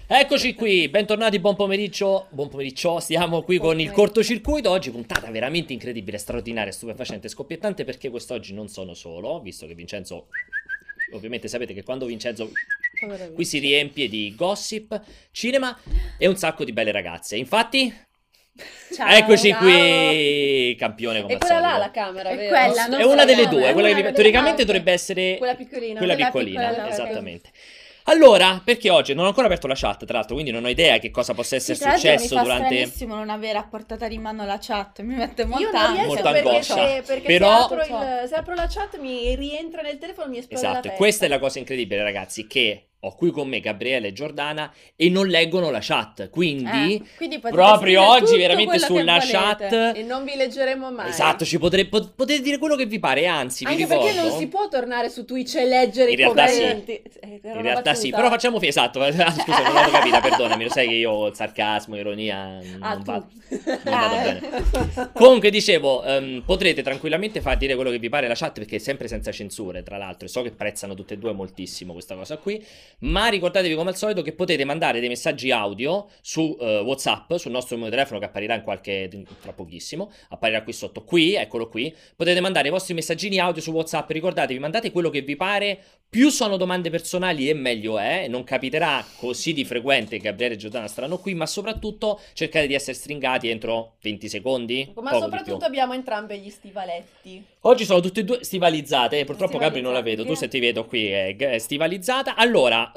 Eccoci qui, bentornati, buon pomeriggio, stiamo qui con il cortocircuito, oggi puntata veramente incredibile, straordinaria, stupefacente, scoppiettante perché quest'oggi non sono solo, visto che Vincenzo, ovviamente sapete che quando Vincenzo qui si riempie di gossip, cinema e un sacco di belle ragazze, infatti... Ciao, Eccoci ciao. qui, campione come E al quella là solito. la camera, È vero? quella, non È una delle so due, come, quella è che una teoricamente delle dovrebbe essere Quella piccolina. quella Quella piccolina, piccola, esattamente. Allora, perché oggi non ho ancora aperto la chat, tra l'altro, quindi non ho idea che cosa possa essere Sì, tra l'altro successo mi fa durante... stranissimo non avere a portata di mano la chat, mi mette Io molta non ansia. riesco Molta perché, angoscia. perché Però- se apro la chat mi rientra nel telefono e mi esplode la Esatto, e testa. questa è la cosa incredibile, ragazzi, che ho qui con me Gabriele e Giordana e non leggono la chat, quindi Quindi potete proprio scrivere oggi tutto veramente quello che sulla volete. chat... E non vi leggeremo mai. Esatto, potete dire quello che vi pare, anzi, vi Anche ricordo... perché non si può tornare su Twitch e leggere In i realtà sì. commenti. In realtà sì, però facciamo esatto, scusa, non l'avevo capita, perdonami, lo sai che io il sarcasmo, ironia non tu. vado bene. Comunque dicevo, potrete tranquillamente far dire quello che vi pare alla chat perché è sempre senza censure, tra l'altro, e so che apprezzano tutte e due moltissimo questa cosa qui, ma ricordatevi come al solito che potete mandare dei messaggi audio su WhatsApp, sul nostro numero di telefono che apparirà tra pochissimo, apparirà qui sotto, qui, eccolo qui, potete mandare i vostri messaggini audio su WhatsApp, ricordatevi, mandate quello che vi pare. Più sono domande personali e meglio è, non capiterà così di frequente che Gabriele e Giordana saranno qui, ma soprattutto cercate di essere stringati entro 20 secondi, Ma poco di soprattutto più. abbiamo entrambe gli stivaletti. Oggi sono tutte e due stivalizzate, purtroppo Gabri non la vedo, tu Stivalizzate. se ti vedo qui è stivalizzata. Allora,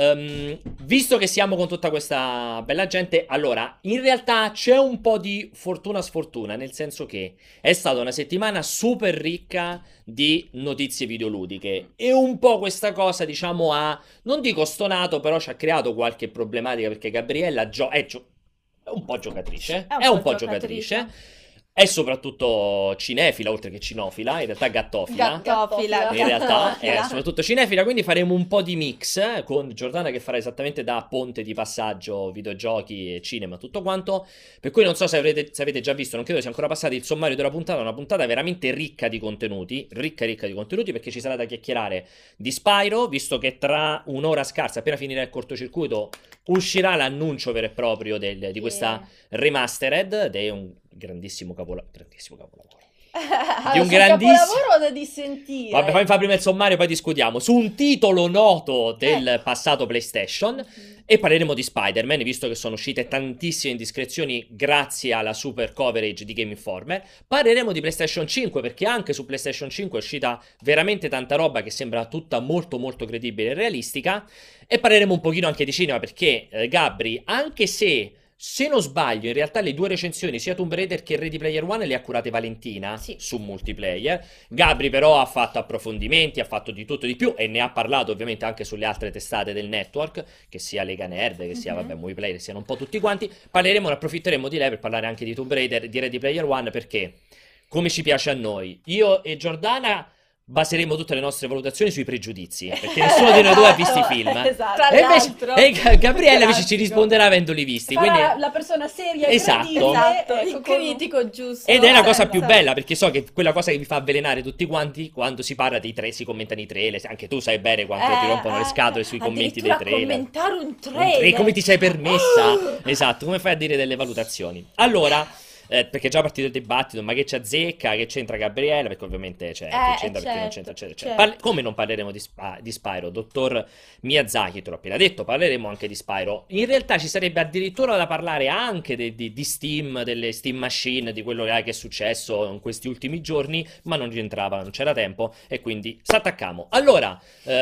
visto che siamo con tutta questa bella gente, allora, in realtà c'è un po' di fortuna sfortuna, nel senso che è stata una settimana super ricca di notizie videoludiche e un po' questa cosa, diciamo, non dico stonato, però ci ha creato qualche problematica perché Gabriella è un po' giocatrice, è un po' giocatrice. È soprattutto cinefila, oltre che cinofila, in realtà gattofila. Gattofila. In realtà è soprattutto cinefila, quindi faremo un po' di mix con Giordana che farà esattamente da ponte di passaggio videogiochi e cinema, tutto quanto. Per cui non so se avete già visto, non credo sia ancora passato il sommario della puntata, una puntata veramente ricca di contenuti, ricca di contenuti, perché ci sarà da chiacchierare di Spyro, visto che tra un'ora scarsa, appena finirà il cortocircuito, uscirà l'annuncio vero e proprio di questa remastered ed è un grandissimo capolavoro. Di un grandissimo capolavoro da dissentire. Vabbè, fammi fare prima il sommario, poi discutiamo su un titolo noto del passato PlayStation e parleremo di Spider-Man, visto che sono uscite tantissime indiscrezioni grazie alla super coverage di Game Informer. Parleremo di PlayStation 5 perché anche su PlayStation 5 è uscita veramente tanta roba che sembra tutta molto molto credibile e realistica. E parleremo un pochino anche di cinema perché Gabri, anche se non sbaglio, in realtà le due recensioni, sia Tomb Raider che Ready Player One, le ha curate Valentina su multiplayer. Gabri però ha fatto approfondimenti, ha fatto di tutto e di più e ne ha parlato ovviamente anche sulle altre testate del network, che sia Lega Nerd, che sia vabbè Movieplayer, che siano un po' tutti quanti. Parleremo, ne approfitteremo di lei per parlare anche di Tomb Raider, di Ready Player One, perché come ci piace a noi, io e Giordana baseremo tutte le nostre valutazioni sui pregiudizi, perché nessuno di noi due ha visto i film. Esatto. E invece Gabriele invece ci Classico. risponderà avendoli visti. Sarà Quindi... la persona seria e Esatto. credibile, Esatto, ecco, il critico giusto. Ed è la cosa Esatto. più bella, perché so che quella cosa che vi fa avvelenare tutti quanti quando si parla dei si commentano i trailer. Anche tu sai bene quanto ti rompono le scatole sui commenti dei Addirittura trailer. commentare un E trailer. come ti sei permessa? Esatto, come fai a dire delle valutazioni? Allora, perché è già partito il dibattito, ma che c'azzecca, che c'entra Gabriele? Perché ovviamente c'è, che c'entra, perché non c'entra, certo, eccetera. certo. Come non parleremo di Spyro? Dottor Miyazaki, te l'ho appena detto, parleremo anche di Spyro. In realtà ci sarebbe addirittura da parlare anche di Steam, delle Steam Machine, di quello che è successo in questi ultimi giorni, ma non rientrava, non c'era tempo, e quindi s'attaccamo. Allora,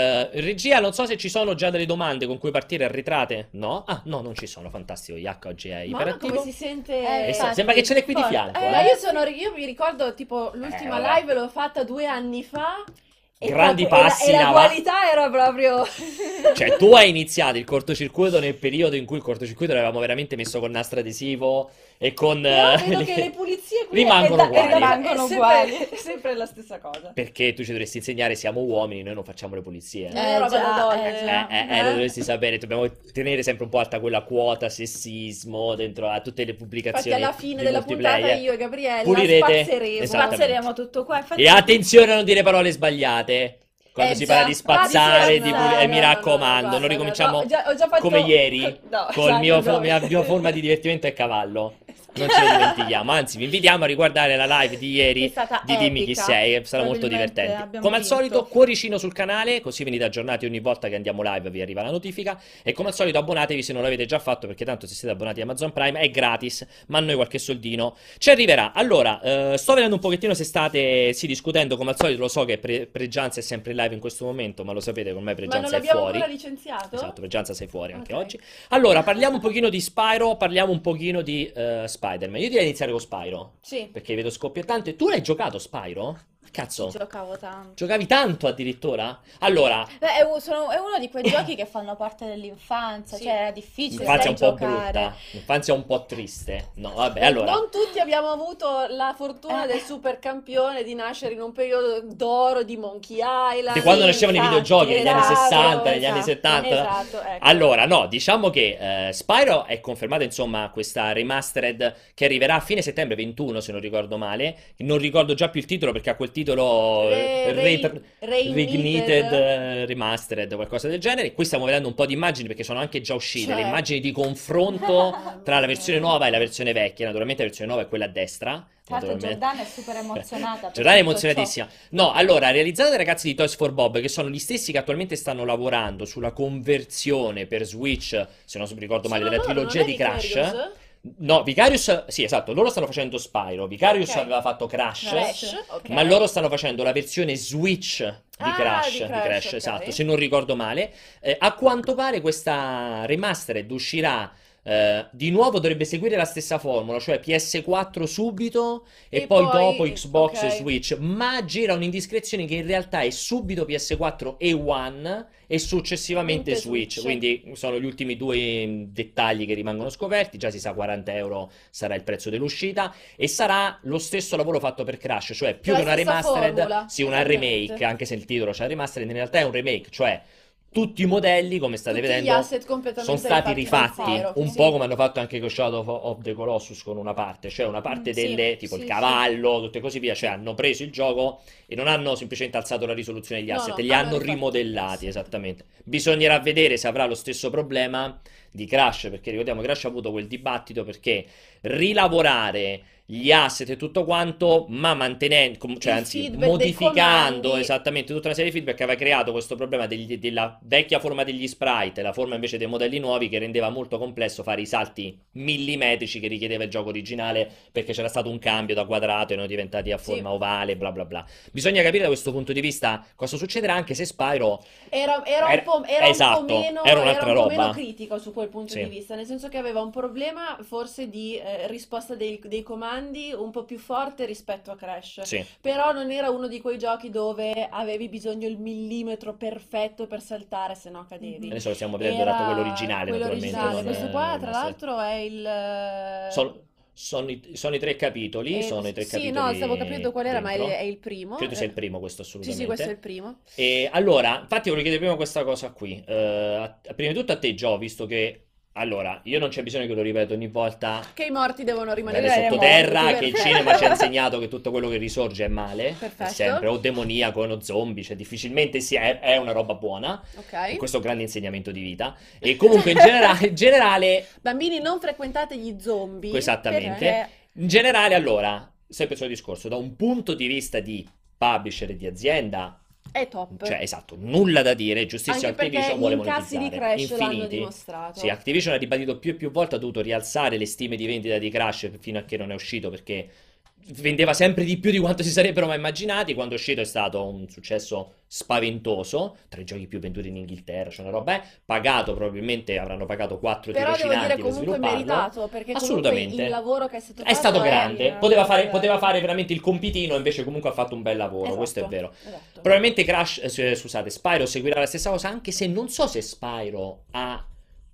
regia, non so se ci sono già delle domande con cui partire arretrate? No? Ah, no, non ci sono, fantastico, Yak oggi è Mamma, iperattivo. come si sente? infatti. Sembra che ce l'hai qui di fianco, Ma io mi ricordo tipo l'ultima vabbè. live l'ho fatta 2 anni fa e Grandi proprio- passi e la in qualità era proprio Cioè, tu hai iniziato il cortocircuito nel periodo in cui il cortocircuito l'avevamo veramente messo con nastro adesivo e con... Però vedo che le pulizie qui rimangono uguali. Rimangono uguali. È sempre la stessa cosa. Perché tu ci dovresti insegnare, siamo uomini, noi non facciamo le pulizie. roba da donne, già. Lo dovresti sapere, dobbiamo tenere sempre un po' alta quella quota sessismo dentro a tutte le Infatti pubblicazioni alla fine di della multiplayer. puntata io e Gabriella Pulirete. spazzeremo. Esattamente. Spazzeremo tutto qua. Infatti, E attenzione a non dire parole sbagliate. quando si parla di spazzare, mi raccomando, non ricominciamo ho già fatto... come ieri, No, con esatto, no. la mia forma di divertimento è cavallo. Non ce lo dimentichiamo, anzi vi invitiamo a riguardare la live di ieri È stata di Dimmi chi epica. sei, è stata molto Probabilmente divertente. abbiamo Come al vinto. solito cuoricino sul canale, così venite aggiornati ogni volta che andiamo live, vi arriva la notifica. E come al solito abbonatevi se non l'avete già fatto, perché tanto se siete abbonati a Amazon Prime è gratis, ma a noi qualche soldino ci arriverà. Allora, sto vedendo un pochettino se state discutendo, come al solito. Lo so che Pregianza è sempre in live in questo momento, ma lo sapete, con me Ma non Pregianza è l'abbiamo fuori. ancora licenziato? Esatto, Pregianza sei fuori anche Ok. oggi. Allora, parliamo un pochino di Spyro, parliamo un pochino di Spider-Man. Io direi di iniziare con Spyro, Sì. perché vedo scoppiettante. Tu l'hai giocato Spyro? Cazzo, Giocavo tanto. giocavi tanto addirittura? Allora, Beh, è uno di quei giochi che fanno parte dell'infanzia, Sì. cioè era difficile l'infanzia è sai un po' giocare. brutta, l'infanzia è un po' triste. No, vabbè, allora... Non tutti abbiamo avuto la fortuna del supercampione di nascere in un periodo d'oro di Monkey Island. Di quando nascevano i infatti, videogiochi, negli anni esatto, 60, negli anni esatto, 70. Esatto, ecco. Allora, no, diciamo che Spyro è confermata, insomma, questa remastered che arriverà a fine settembre 21, se non ricordo male. Non ricordo già più il titolo, perché ha quel titolo Reignited Remastered, qualcosa del genere. Qui stiamo vedendo un po' di immagini, perché sono anche già uscite le Cioè. immagini di confronto tra la versione nuova e la versione vecchia. Naturalmente la versione nuova è quella a destra. Tra l'altro naturalmente. Giordana è super emozionata per Giordana è tutto emozionatissima. No, allora, realizzata dai ragazzi di Toys for Bob, che sono gli stessi che attualmente stanno lavorando sulla conversione per Switch, se non ricordo male, Sono della loro, trilogia non è di Crash. Vicarious? No, Vicarious, sì, esatto, loro stanno facendo Spyro. Vicarious Ok. aveva fatto Crash, Crash, ok. ma loro stanno facendo la versione Switch di Ah, Crash, di Crash, ok. esatto, se non ricordo male. A quanto pare questa remastered uscirà di nuovo, dovrebbe seguire la stessa formula, cioè PS4 subito e E poi poi- dopo Xbox e ok. Switch, ma gira un'indiscrezione che in realtà è subito PS4 e One e successivamente Mente Switch, Switch. quindi sono gli ultimi due dettagli che rimangono scoperti. Già si sa 40 euro sarà il prezzo dell'uscita e sarà lo stesso lavoro fatto per Crash, cioè più La che una stessa remastered, formula, sì, una esattamente. remake, anche se il titolo c'è remastered, in realtà è un remake, cioè tutti i modelli, come state Tutti gli vedendo, asset completamente sono stati rifatti zero, un sì. po' come hanno fatto anche con Shadow of the Colossus, con una parte, cioè una parte Sì, delle, tipo sì, il sì. cavallo, tutte così via, cioè hanno preso il gioco e non hanno semplicemente alzato la risoluzione degli No, asset, no, li hanno hanno rifatto rimodellati, sì. esattamente. Bisognerà vedere se avrà lo stesso problema di Crash, perché ricordiamo Crash ha avuto quel dibattito perché rilavorare gli asset e tutto quanto, ma mantenendo, cioè Il anzi feedback dei modificando comandi. esattamente tutta una serie di feedback che aveva creato questo problema della vecchia forma degli sprite e la forma invece dei modelli nuovi, che rendeva molto complesso fare i salti millimetrici che richiedeva il gioco originale, perché c'era stato un cambio da quadrato e erano diventati a Sì. forma ovale, bla bla bla. Bisogna capire da questo punto di vista cosa succederà, anche se Spyro Era esatto, un po' meno, era un'altra era un po' roba. meno critico su quel punto Sì. di vista, nel senso che aveva un problema forse di risposta dei comandi un po' più forte rispetto a Crash. Sì. Però non era uno di quei giochi dove avevi bisogno il millimetro perfetto per saltare, se no cadevi. Adesso stiamo vedendo dato quello originale, quello naturalmente. originale. non, Questo qua, tra non- l'altro, è il... sono i tre capitoli, sono i tre sì, capitoli no, stavo capendo qual era, ma dentro. è il primo. Credo sia il primo questo, Sì, assolutamente. sì, questo è il primo. E allora, infatti volevo chiedere prima questa cosa qui. Prima di tutto a te, Gio, visto che... Allora, io non c'è bisogno che lo ripeto ogni volta. Che i morti devono rimanere Rimanere morti, sottoterra, che il perfetto. cinema ci ha insegnato che tutto quello che risorge è male, Perfetto. è sempre o demoniaco o zombie, cioè difficilmente è una roba buona. Ok. Questo è un grande insegnamento di vita. E comunque in generale Bambini, non frequentate gli zombie. esattamente. perché- In generale, allora, sempre il suo discorso, da un punto di vista di publisher e di azienda, È top. cioè esatto, nulla da dire, giustissimo. Anche perché Activision gli vuole incassi di monetizzare, Crash l'hanno infiniti. dimostrato. Sì, Activision ha ribadito più e più volte, ha dovuto rialzare le stime di vendita di Crash fino a che non è uscito, perché vendeva sempre di più di quanto si sarebbero mai immaginati. Quando è uscito è stato un successo spaventoso, tra i giochi più venduti in Inghilterra, c'è una roba, pagato, probabilmente avranno pagato 4 Però devo tirocinanti dire per comunque svilupparlo. meritato, perché comunque Assolutamente. il lavoro che è stato È stato fatto grande, poteva fare veramente il compitino, invece comunque ha fatto un bel lavoro, Esatto, questo è vero. esatto. Probabilmente Crash, scusate, Spyro seguirà la stessa cosa, anche se non so se Spyro ha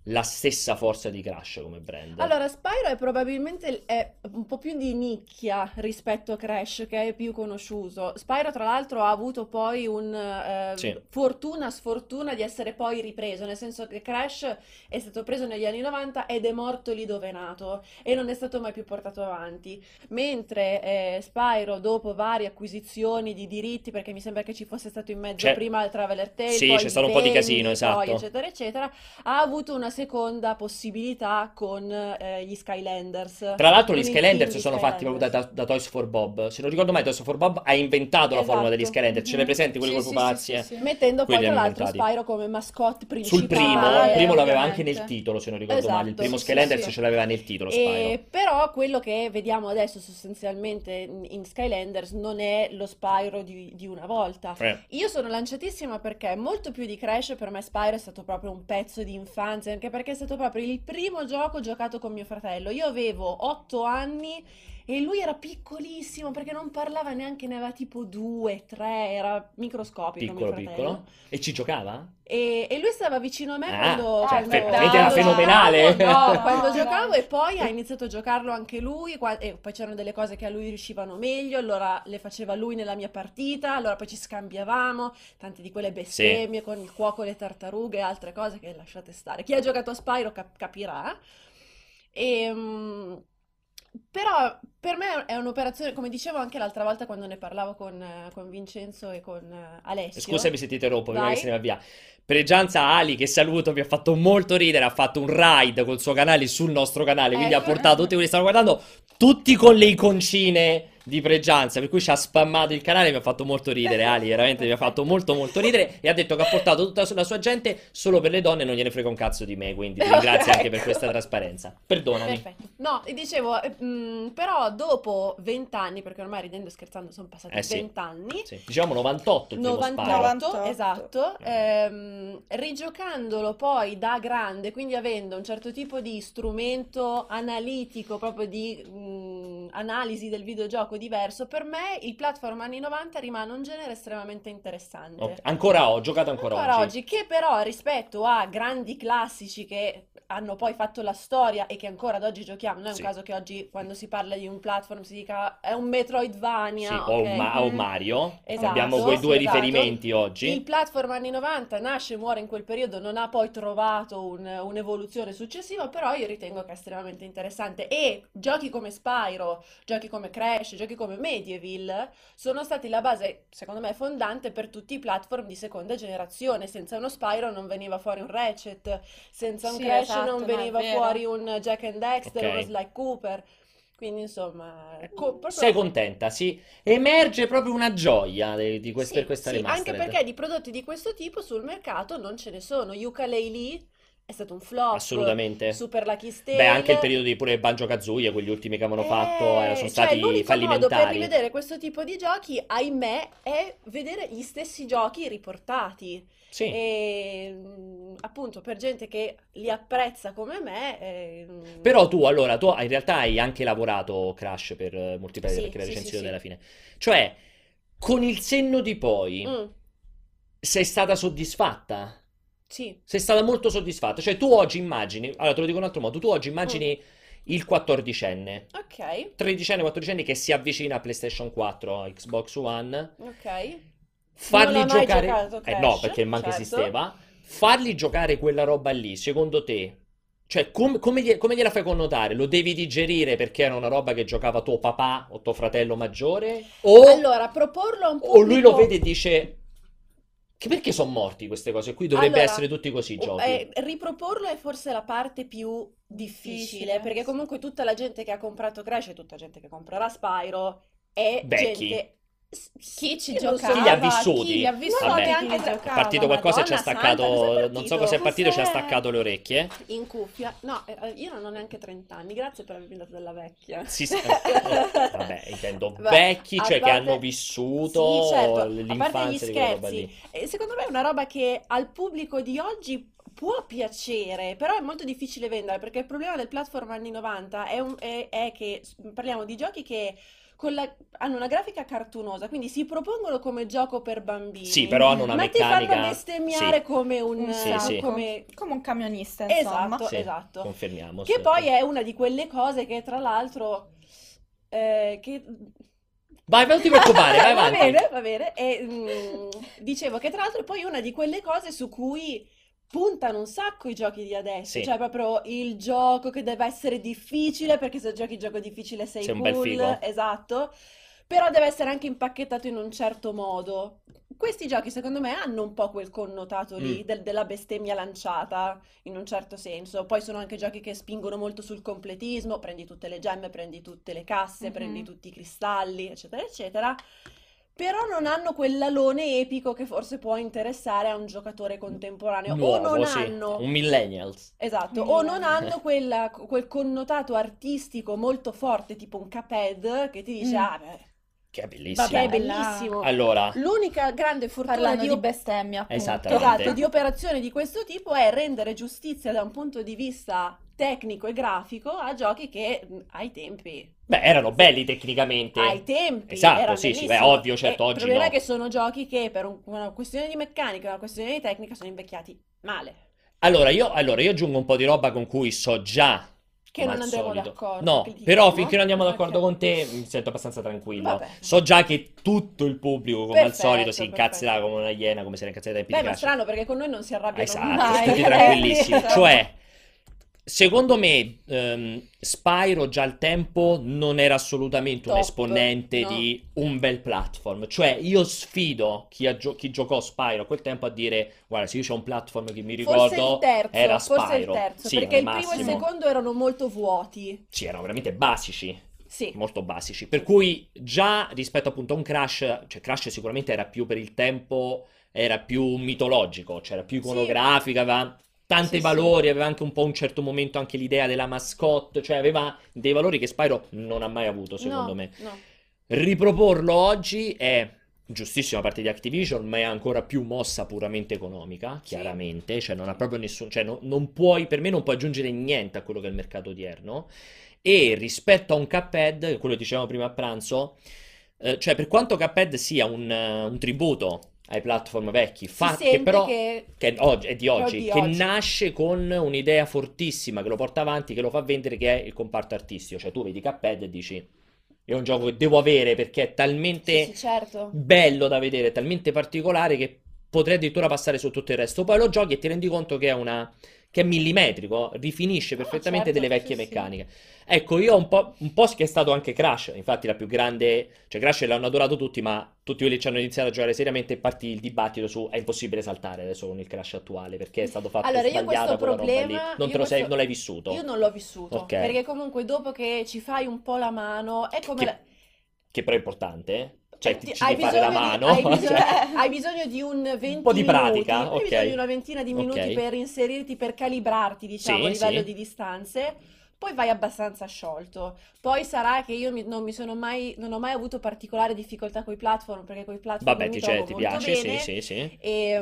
la stessa forza di Crash come brand. Allora, Spyro è probabilmente un po' più di nicchia rispetto a Crash, che è più conosciuto. Spyro, tra l'altro, ha avuto poi Sì. fortuna, sfortuna di essere poi ripreso, nel senso che Crash è stato preso negli anni 90 ed è morto lì dove è nato e non è stato mai più portato avanti. Mentre Spyro, dopo varie acquisizioni di diritti, perché mi sembra che ci fosse stato in mezzo prima il Traveler Tale, Sì, poi c'è i stato un po' di Vendi, casino, esatto. poi eccetera eccetera, ha avuto una seconda possibilità con gli Skylanders. Tra l'altro gli Con il team Skylanders di sono fatti proprio Skylanders. da Toys for Bob. Se non ricordo mai, Toys for Bob ha inventato la formula degli Esatto. Skylanders. Ce l'hai presenti quelli Sì, col sì, pupazzi? sì, sì, sì. Mettendo poi Quelli tra hanno l'altro inventati. Spyro come mascotte Sul principale. il primo l'aveva ovviamente. anche nel titolo, se non ricordo male. Il Esatto. primo Sì, Skylanders sì. ce l'aveva nel titolo, Spyro. Però quello che vediamo adesso sostanzialmente in Skylanders non è lo Spyro di una volta. Io sono lanciatissima perché molto più di Crash per me Spyro è stato proprio un pezzo di infanzia, anche perché è stato proprio il primo gioco giocato con mio fratello. Io avevo 8 anni e lui era piccolissimo perché non parlava neanche, ne aveva tipo 2, 3, era microscopico mio Piccolo, fratello. piccolo. E ci giocava? E lui stava vicino a me Ah, quando, cioè, quando veramente era fenomenale. giocavo, No, quando no, giocavo no. e poi ha iniziato a giocarlo anche lui e poi c'erano delle cose che a lui riuscivano meglio, allora le faceva lui nella mia partita, allora poi ci scambiavamo, tante di quelle bestemmie con il cuoco, le tartarughe e altre cose che lasciate stare. Chi ha giocato a Spyro capirà. Però per me è un'operazione, come dicevo anche l'altra volta quando ne parlavo con Vincenzo e con Alessio. Scusami se ti interrompo, prima Vai. che se ne va via. Pregianza Ali, che saluto, mi ha fatto molto ridere, ha fatto un raid col suo canale sul nostro canale, quindi ha portato tutti quelli che stanno guardando, tutti con le iconcine di Pregianza, per cui ci ha spammato il canale, mi ha fatto molto ridere Ali, veramente mi ha fatto molto molto ridere e ha detto che ha portato tutta la sua gente solo per le donne e non gliene frega un cazzo di me, quindi ti ringrazio anche per questa trasparenza. Perdonami. Perfetto. No, e dicevo, però dopo 20 anni, perché ormai ridendo e scherzando sono passati Sì. 20 anni, Sì. Diciamo 98 il primo Spyro. 98, esatto, rigiocandolo poi da grande, quindi avendo un certo tipo di strumento analitico, proprio di analisi del videogioco diverso, per me il platform anni 90 rimane un genere estremamente interessante. Ok. Ancora ho giocato ancora oggi. Che però rispetto a grandi classici che hanno poi fatto la storia e che ancora ad oggi giochiamo, non è un Sì. caso che oggi quando si parla di un platform si dica è un Metroidvania, Sì, ok? o Mario. Esatto, Abbiamo quei due esatto. riferimenti oggi. Il platform anni 90 nasce e muore in quel periodo, non ha poi trovato un'evoluzione successiva, però io ritengo che è estremamente interessante e giochi come Spyro, giochi come Crash, giochi come Medieval sono stati la base, secondo me, fondante per tutti i platform di seconda generazione. Senza uno Spyro non veniva fuori un Ratchet, senza un Sì, Crash esatto, non no, è veniva vero. fuori un Jack and Dexter, Ok. uno Sly Cooper. Quindi insomma, proprio- Sei contenta, sì. Emerge proprio una gioia di questa, Sì, questa sì, remastered. anche perché di prodotti di questo tipo sul mercato non ce ne sono. Yooka-Laylee è stato un flop. Assolutamente. Super Lucky Tale. Beh, anche il periodo di pure Banjo-Kazooie, quegli ultimi che avevano fatto, sono Cioè, stati l'unico modo per fallimentari. rivedere questo tipo di giochi, ahimè, è vedere gli stessi giochi riportati. Sì. E appunto per gente che li apprezza come me. Però tu in realtà hai anche lavorato Crash per multiplayer, Sì, perché la sì, recensione sì, della fine. Cioè, con il senno di poi, Mm, sei stata soddisfatta? sì. Sei stata molto soddisfatta. Cioè, tu oggi immagini, allora te lo dico in un altro modo, tu oggi immagini il 14enne, Ok, 13enne, 14enne che si avvicina a PlayStation 4, a Xbox One, ok. fargli Non ho mai giocare... giocato Crash, no, perché manca certo. esisteva. Fargli giocare quella roba lì, secondo te... Cioè, come gliela fai connotare? Lo devi digerire perché era una roba che giocava tuo papà o tuo fratello maggiore? Allora, proporlo a un O lui lo pubblico- vede e dice... Che perché sono morti queste cose? Qui dovrebbe Allora, essere tutti così i giochi. riproporlo è forse la parte più difficile, Difficile, perché sì. comunque tutta la gente che ha comprato Crash e tutta gente che comprerà Spyro è Vecchi. gente... Chi ci Io non so- giocava? Chi li ha vissuti? Chi li ha vissuti? Vabbè, chi li è giocava? È partito qualcosa e ci ha Madonna staccato... santa, cos'è non so partito? cosa è partito, ci ha Cos'è? staccato le orecchie. In cuffia. No, io non ho neanche 30 anni, grazie per avermi dato della vecchia. Sì, sì. Vabbè, intendo Va- vecchi, a cioè che parte- hanno vissuto Sì, certo, a parte gli l'infanzia di quella roba scherzi. lì. E secondo me è una roba che al pubblico di oggi può piacere, però è molto difficile vendere, perché il problema del platform anni 90 è che parliamo di giochi che hanno una grafica cartunosa, quindi si propongono come gioco per bambini. Sì, però hanno una ma meccanica... ti fanno bestemmiare come un... Sì. Come un camionista, insomma. Esatto. Confermiamo. Che poi è una di quelle cose che, tra l'altro... Vai, non ti preoccupare, vai avanti. Va bene. E, dicevo che tra l'altro è poi una di quelle cose su cui puntano un sacco i giochi di adesso, cioè proprio il gioco che deve essere difficile, perché se giochi il gioco difficile sei un cool, bel figo. esatto, però deve essere anche impacchettato in un certo modo. Questi giochi secondo me hanno un po' quel connotato lì della bestemmia lanciata, in un certo senso. Poi sono anche giochi che spingono molto sul completismo, prendi tutte le gemme, prendi tutte le casse, prendi tutti i cristalli, eccetera, eccetera. Però non hanno quell'alone epico che forse può interessare a un giocatore contemporaneo. Nuovo, o non hanno... un millennials. Esatto, o non hanno quel connotato artistico molto forte, tipo un Cuphead, che ti dice, che è bellissimo. Vabbè, è bellissimo. Allora, l'unica grande fortuna parlando di bestemmia, appunto. Esattamente. Di operazioni di questo tipo è rendere giustizia da un punto di vista tecnico e grafico a giochi che ai tempi... Beh, erano belli tecnicamente. Ai tempi esatto, erano sì, bellissimi. beh, ovvio, certo, oggi il problema no. è che sono giochi che per una questione di meccanica, una questione di tecnica sono invecchiati male. Allora, io aggiungo un po' di roba con cui so già che come non al andremo solito. d'accordo. No, però finché non andiamo d'accordo con te mi sento abbastanza tranquillo. Vabbè. So già che tutto il pubblico, come al solito, si Perfetto. incazzerà come una iena, come se ne incazzerà dai tempi di Ma Crash. strano perché con noi non si arrabbiano Esatto, mai. tutti tranquillissimi. Cioè, secondo me, Spyro già al tempo non era assolutamente un Top, esponente no. di un bel platform. Cioè, io sfido chi giocò Spyro a quel tempo a dire: guarda, se io c'ho un platform che mi ricordo, era Spyro. Forse il terzo, Sì, perché al il primo e il massimo. secondo erano molto vuoti. Sì, erano veramente basici. Sì. Molto basici. Per cui già rispetto appunto a un Crash, cioè Crash sicuramente era più per il tempo, era più mitologico, c'era più iconografica, aveva tanti valori, aveva anche un po' un certo momento anche l'idea della mascotte, cioè aveva dei valori che Spyro non ha mai avuto, secondo me. No. Riproporlo oggi è giustissima parte di Activision, ma è ancora più mossa puramente economica, chiaramente, cioè non ha proprio nessun, cioè non puoi, per me non puoi aggiungere niente a quello che è il mercato odierno. E rispetto a un Cuphead, quello che dicevamo prima a pranzo, cioè per quanto Cuphead sia un tributo ai platform vecchi, che però è di oggi, che nasce con un'idea fortissima, che lo porta avanti, che lo fa vendere, che è il comparto artistico. Cioè tu vedi Cuphead e dici: è un gioco che devo avere perché è talmente certo. bello da vedere, talmente particolare che potrei addirittura passare su tutto il resto. Poi lo giochi e ti rendi conto che è millimetrico, rifinisce perfettamente delle vecchie meccaniche. Ecco, io un po' schiestato anche Crash, infatti la più grande, cioè Crash l'hanno adorato tutti, ma tutti quelli che ci hanno iniziato a giocare seriamente e partì il dibattito su è impossibile saltare adesso con il Crash attuale, perché è stato fatto sbagliato quella roba lì. Non l'hai vissuto? Io non l'ho vissuto, okay. Perché comunque dopo che ci fai un po' la mano, è come... Che però è importante, cioè ti hai devi fare la mano. Hai bisogno di un po' di pratica, minuti, hai bisogno di una ventina di minuti per inserirti, per calibrarti, diciamo, a livello di distanze. Poi vai abbastanza sciolto. Poi sarà che io non ho mai avuto particolare difficoltà con i platform, perché con i platform mi trovo molto piace, bene. sì.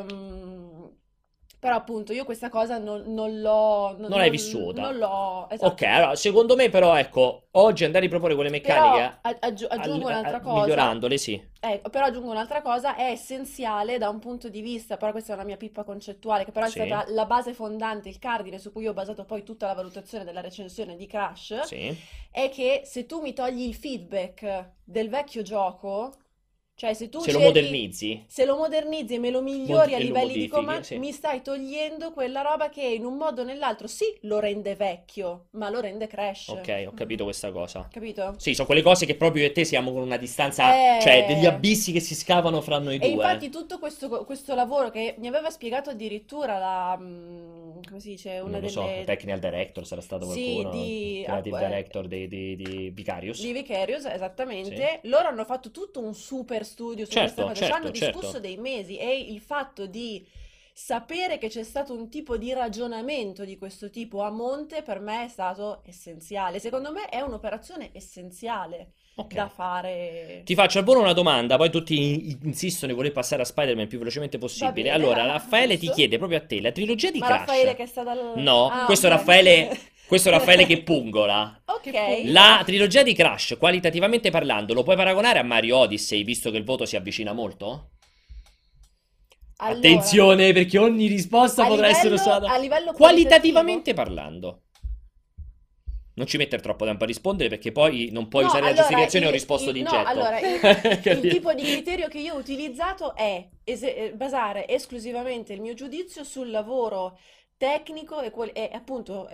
Però appunto io questa cosa non l'ho... Non l'hai vissuta. Non l'ho... Esatto. Ok, allora secondo me però ecco, oggi andare a riproporre quelle meccaniche... Però aggiungo un'altra cosa. Migliorandole, sì. Però aggiungo un'altra cosa, è essenziale da un punto di vista, però questa è una mia pippa concettuale, che però è stata la base fondante, il cardine su cui ho basato poi tutta la valutazione della recensione di Crash, è che se tu mi togli il feedback del vecchio gioco... Cioè se lo modernizzi e me lo migliori a livelli di comando, mi stai togliendo quella roba che in un modo o nell'altro sì lo rende vecchio, ma lo rende Crash. Ok, ho capito questa cosa. Capito? Sì, sono quelle cose che proprio io e te siamo con una distanza, cioè degli abissi che si scavano fra noi due. E infatti tutto questo lavoro che mi aveva spiegato addirittura la... come si dice? Una non lo delle... so, Technical Director sarà stato qualcuno, Creative Director di Vicarious. Di Vicarious, esattamente. Loro hanno fatto tutto un super studio su questa cosa, ci hanno discusso dei mesi, e il fatto di sapere che c'è stato un tipo di ragionamento di questo tipo a monte per me è stato essenziale. Secondo me è un'operazione essenziale da fare. Ti faccio al volo una domanda, poi tutti insistono di voler passare a Spider-Man il più velocemente possibile. bene, Allora, Raffaele ti giusto. chiede proprio a te, la trilogia di Ma Crash. Raffaele che sta dal... No, Ah, questo è ok. Raffaele che pungola. Ok. La trilogia di Crash, qualitativamente parlando, lo puoi paragonare a Mario Odyssey, visto che il voto si avvicina molto? Allora, Attenzione, perché ogni risposta a potrà essere livello- usata a livello qualitativamente parlando. Non ci mettere troppo tempo a rispondere, perché poi non puoi No, usare la allora, giustificazione o risposto di no, getto. allora, il Capito? tipo di criterio che io ho utilizzato è basare esclusivamente il mio giudizio sul lavoro tecnico e appunto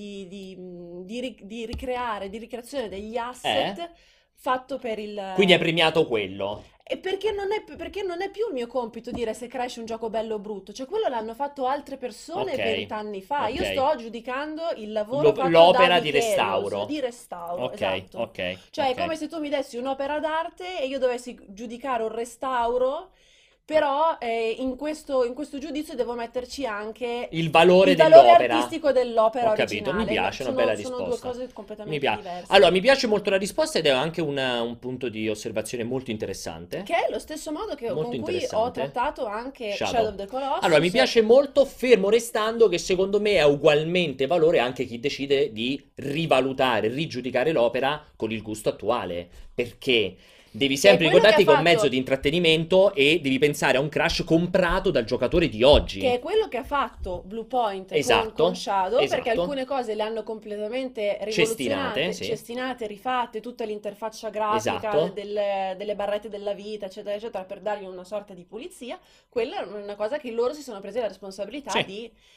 di ricreazione degli asset fatto per il... Quindi hai premiato quello. E perché non è più il mio compito dire se Crash è un gioco bello o brutto, cioè quello l'hanno fatto altre persone Ok, 20 anni fa. Io ok. sto giudicando il lavoro fatto L'opera da di Michelos, restauro. di restauro, Ok, esatto. ok. Cioè ok. è come se tu mi dessi un'opera d'arte e io dovessi giudicare un restauro, però in questo giudizio devo metterci anche Il valore il valore dell'opera. artistico dell'opera Ho capito, mi originale. piace, una Sono- bella sono due risposta. cose Mi completamente piace. diverse. Allora, mi piace molto la risposta ed è anche un punto di osservazione molto interessante. Che è lo stesso modo Molto con cui ho interessante. trattato anche Shadow. Shadow of the Colossus. Allora, mi piace molto, fermo restando che secondo me ha ugualmente valore anche chi decide di rivalutare, rigiudicare l'opera con il gusto attuale. Perché devi sempre quello che ricordarti ha che è un fatto- mezzo di intrattenimento e devi pensare a un Crash comprato dal giocatore di oggi. Che è quello che ha fatto Bluepoint Esatto, con Shadow, perché esatto. alcune cose le hanno completamente Cestinate, rivoluzionate, sì. cestinate, rifatte, tutta l'interfaccia grafica Esatto. delle barrette della vita, eccetera, eccetera, per dargli una sorta di pulizia. Quella è una cosa che loro si sono presi la responsabilità Sì.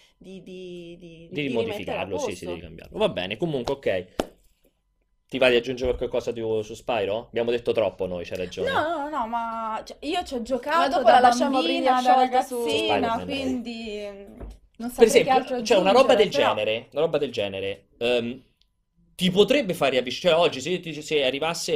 di Di rimettere a modificarlo, sì, posto. di cambiarlo. Va bene, comunque, ok. Ti va di aggiungere qualcosa su Spyro? Abbiamo detto troppo noi, c'hai ragione. No, ma cioè, io ci ho Ma giocato dopo da la lasciamo a briglie bambina, da asciolte su ragazzina, Spider-Man. quindi non Per saprei che altro esempio, cioè una roba del aggiungere, però- genere, ti potrebbe far riavvicinare, cioè oggi se arrivasse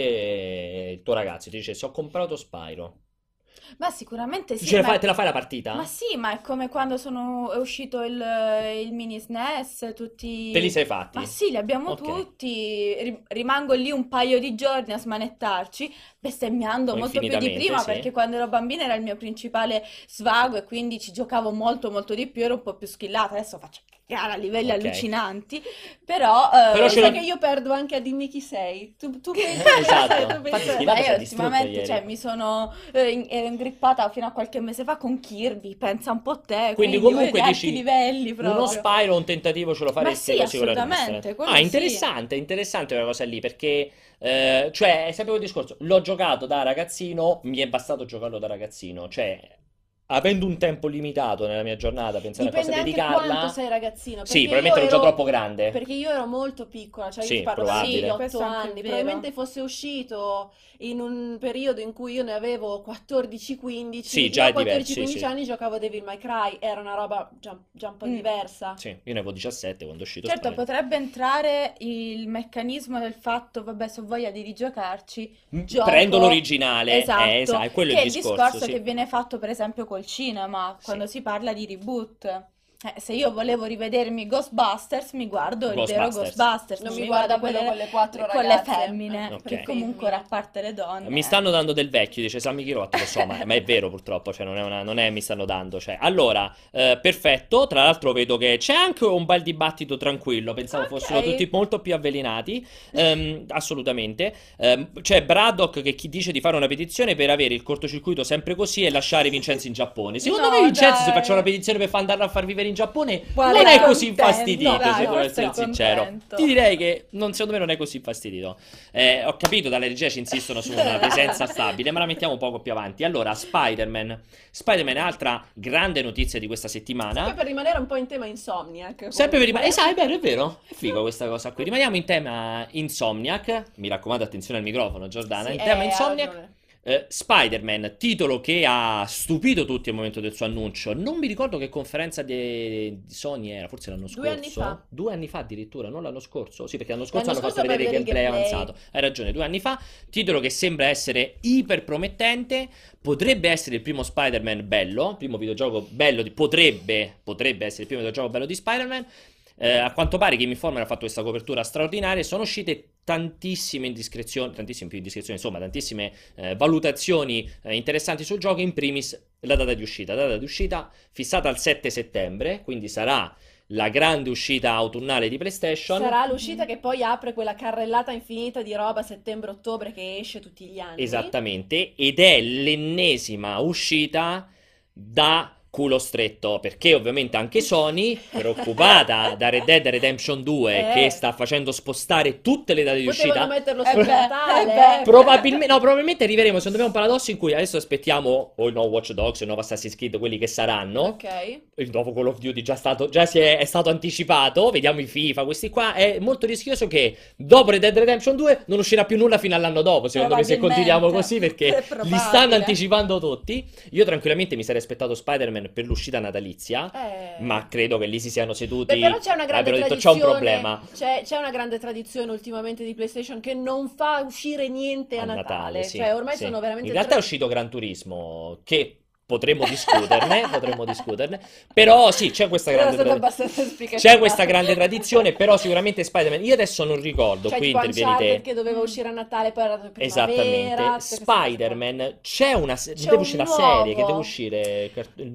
il tuo ragazzo e ti dicesse ho comprato Spyro, Ma sicuramente tu sì, ce la ma... fai, te la fai la partita? Ma sì, ma è come quando è uscito il mini SNES, tutti... Te li sei fatti? Ma sì, li abbiamo Ok. tutti. Rimango lì un paio di giorni a smanettarci, bestemmiando O molto più di infinitamente, prima, sì. perché quando ero bambina era il mio principale svago e quindi ci giocavo molto molto di più, ero un po' più skillata. Adesso faccio cagare a livelli Ok. allucinanti, però... Però ce Sai l'ho- che io perdo anche a dimmi chi sei. Tu pensi Esatto. tu pensi- Infatti, Ma Tirata ci io ha distrutto ultimamente, ieri. cioè, mi sono ero ingrippata fino a qualche mese fa con Kirby, pensa un po' te, Quindi voglio comunque dire, dici alti livelli proprio. uno Spyro, un tentativo ce lo faresti sì, così con la assolutamente, rivista. quello Ah, sì. interessante quella cosa lì, perché cioè è sempre quel discorso, l'ho giocato da ragazzino, mi è bastato giocarlo da ragazzino, cioè avendo un tempo limitato nella mia giornata, pensare a cosa Dipende anche dedicarla. quanto sei ragazzino. Sì, perché probabilmente io ero già ero- troppo grande. Perché io ero molto piccola, cioè Sì, io ti parlo probabile. di Questo 8 è anche anni. vero. Probabilmente fosse uscito in un periodo in cui io ne avevo 14-15. Sì, io già a è diverso, 14-15 sì. anni giocavo a Devil May Cry, era una roba già un po' diversa. Sì, io ne avevo 17 quando è uscito Certo, Spyro. potrebbe entrare il meccanismo del fatto, vabbè, se ho voglia di rigiocarci, gioco... Prendo l'originale, Esatto, è quello che è il il discorso, discorso sì. che viene fatto per esempio col cinema, Sì. quando si parla di reboot. Se io volevo rivedermi Ghostbusters, mi guardo il vero Ghostbusters. Ghostbusters, Non non mi mi guardo guardo quello con le 4 con le ragazze. femmine, Ok. perché comunque ora a parte le donne. Mi stanno dando del vecchio, dice Sammy Chirotto, lo so, ma è vero purtroppo, cioè non è mi stanno dando, cioè. Allora, perfetto, tra l'altro vedo che c'è anche un bel dibattito tranquillo, pensavo Ok. fossero tutti molto più avvelenati, assolutamente. C'è Braddock che chi dice di fare una petizione per avere il cortocircuito sempre così e lasciare Vincenzo in Giappone. Secondo No, me Vincenzo se dai. facciamo una petizione per andarlo a far vivere in Giappone Guarda, non è è così contento, infastidito, dai, se devo forse essere è sincero. contento. Ti direi che secondo me non è così infastidito. Ho capito, dalla regia ci insistono su una presenza stabile, ma la mettiamo un poco più avanti. Allora, Spider-Man è altra grande notizia di questa settimana. Sempre per rimanere un po' in tema Insomniac. Sempre per comunque. rimanere, è vero, è figo questa cosa qui. Rimaniamo in tema Insomniac. Mi raccomando, attenzione al microfono, Giordana. Sì, In tema ha Insomniac. ragione. Spider-Man, titolo che ha stupito tutti al momento del suo annuncio. Non mi ricordo che conferenza di Sony era, forse l'anno scorso. 2 anni fa. 2 anni fa addirittura, non l'anno scorso? Sì, perché l'anno scorso L'anno hanno scorso fatto vedere il per vedere gameplay il gameplay. avanzato. Hai ragione, 2 anni fa. Titolo che sembra essere iper promettente. Potrebbe essere il primo Spider-Man bello. Il primo videogioco bello potrebbe essere il primo videogioco bello di Spider-Man. A quanto pare Game Informer ha fatto questa copertura straordinaria. Sono uscite tantissime indiscrezioni, tantissime più indiscrezioni, insomma, tantissime valutazioni interessanti sul gioco. In primis la data di uscita. La data di uscita fissata al 7 settembre, quindi sarà la grande uscita autunnale di PlayStation. Sarà l'uscita che poi apre quella carrellata infinita di roba settembre-ottobre che esce tutti gli anni. Esattamente, ed è l'ennesima uscita da culo stretto, perché ovviamente anche Sony, preoccupata da Red Dead Redemption 2 che sta facendo spostare tutte le date di Potevano uscita, metterlo su Natale. probabilmente arriveremo secondo me a un paradosso in cui adesso aspettiamo o il nuovo Watch Dogs, il nuovo Assassin's Creed, quelli che saranno, Ok. il nuovo Call of Duty è stato anticipato, vediamo i FIFA, questi qua. È molto rischioso che dopo Red Dead Redemption 2 non uscirà più nulla fino all'anno dopo, secondo me, se continuiamo così, perché È probabile. li stanno anticipando tutti. Io tranquillamente mi sarei aspettato Spider-Man per l'uscita natalizia, ma credo che lì si siano seduti. Beh, però c'è una grande abbiano detto c'è tradizione. un problema. C'è una grande tradizione ultimamente di PlayStation che non fa uscire niente a Natale. Sì, Cioè, ormai sì. sono veramente. In realtà è uscito Gran Turismo, che potremmo discuterne, però sì, c'è questa Era grande stato tradizione. abbastanza spiegato. C'è questa grande tradizione, però sicuramente Spider-Man, io adesso non ricordo, Cioè, qui tipo intervieni Uncharted te. che doveva uscire a Natale, poi era primavera. Esattamente, tutte queste cose qua. Spider-Man, c'è C'è deve un uscire la nuovo. serie, che deve uscire...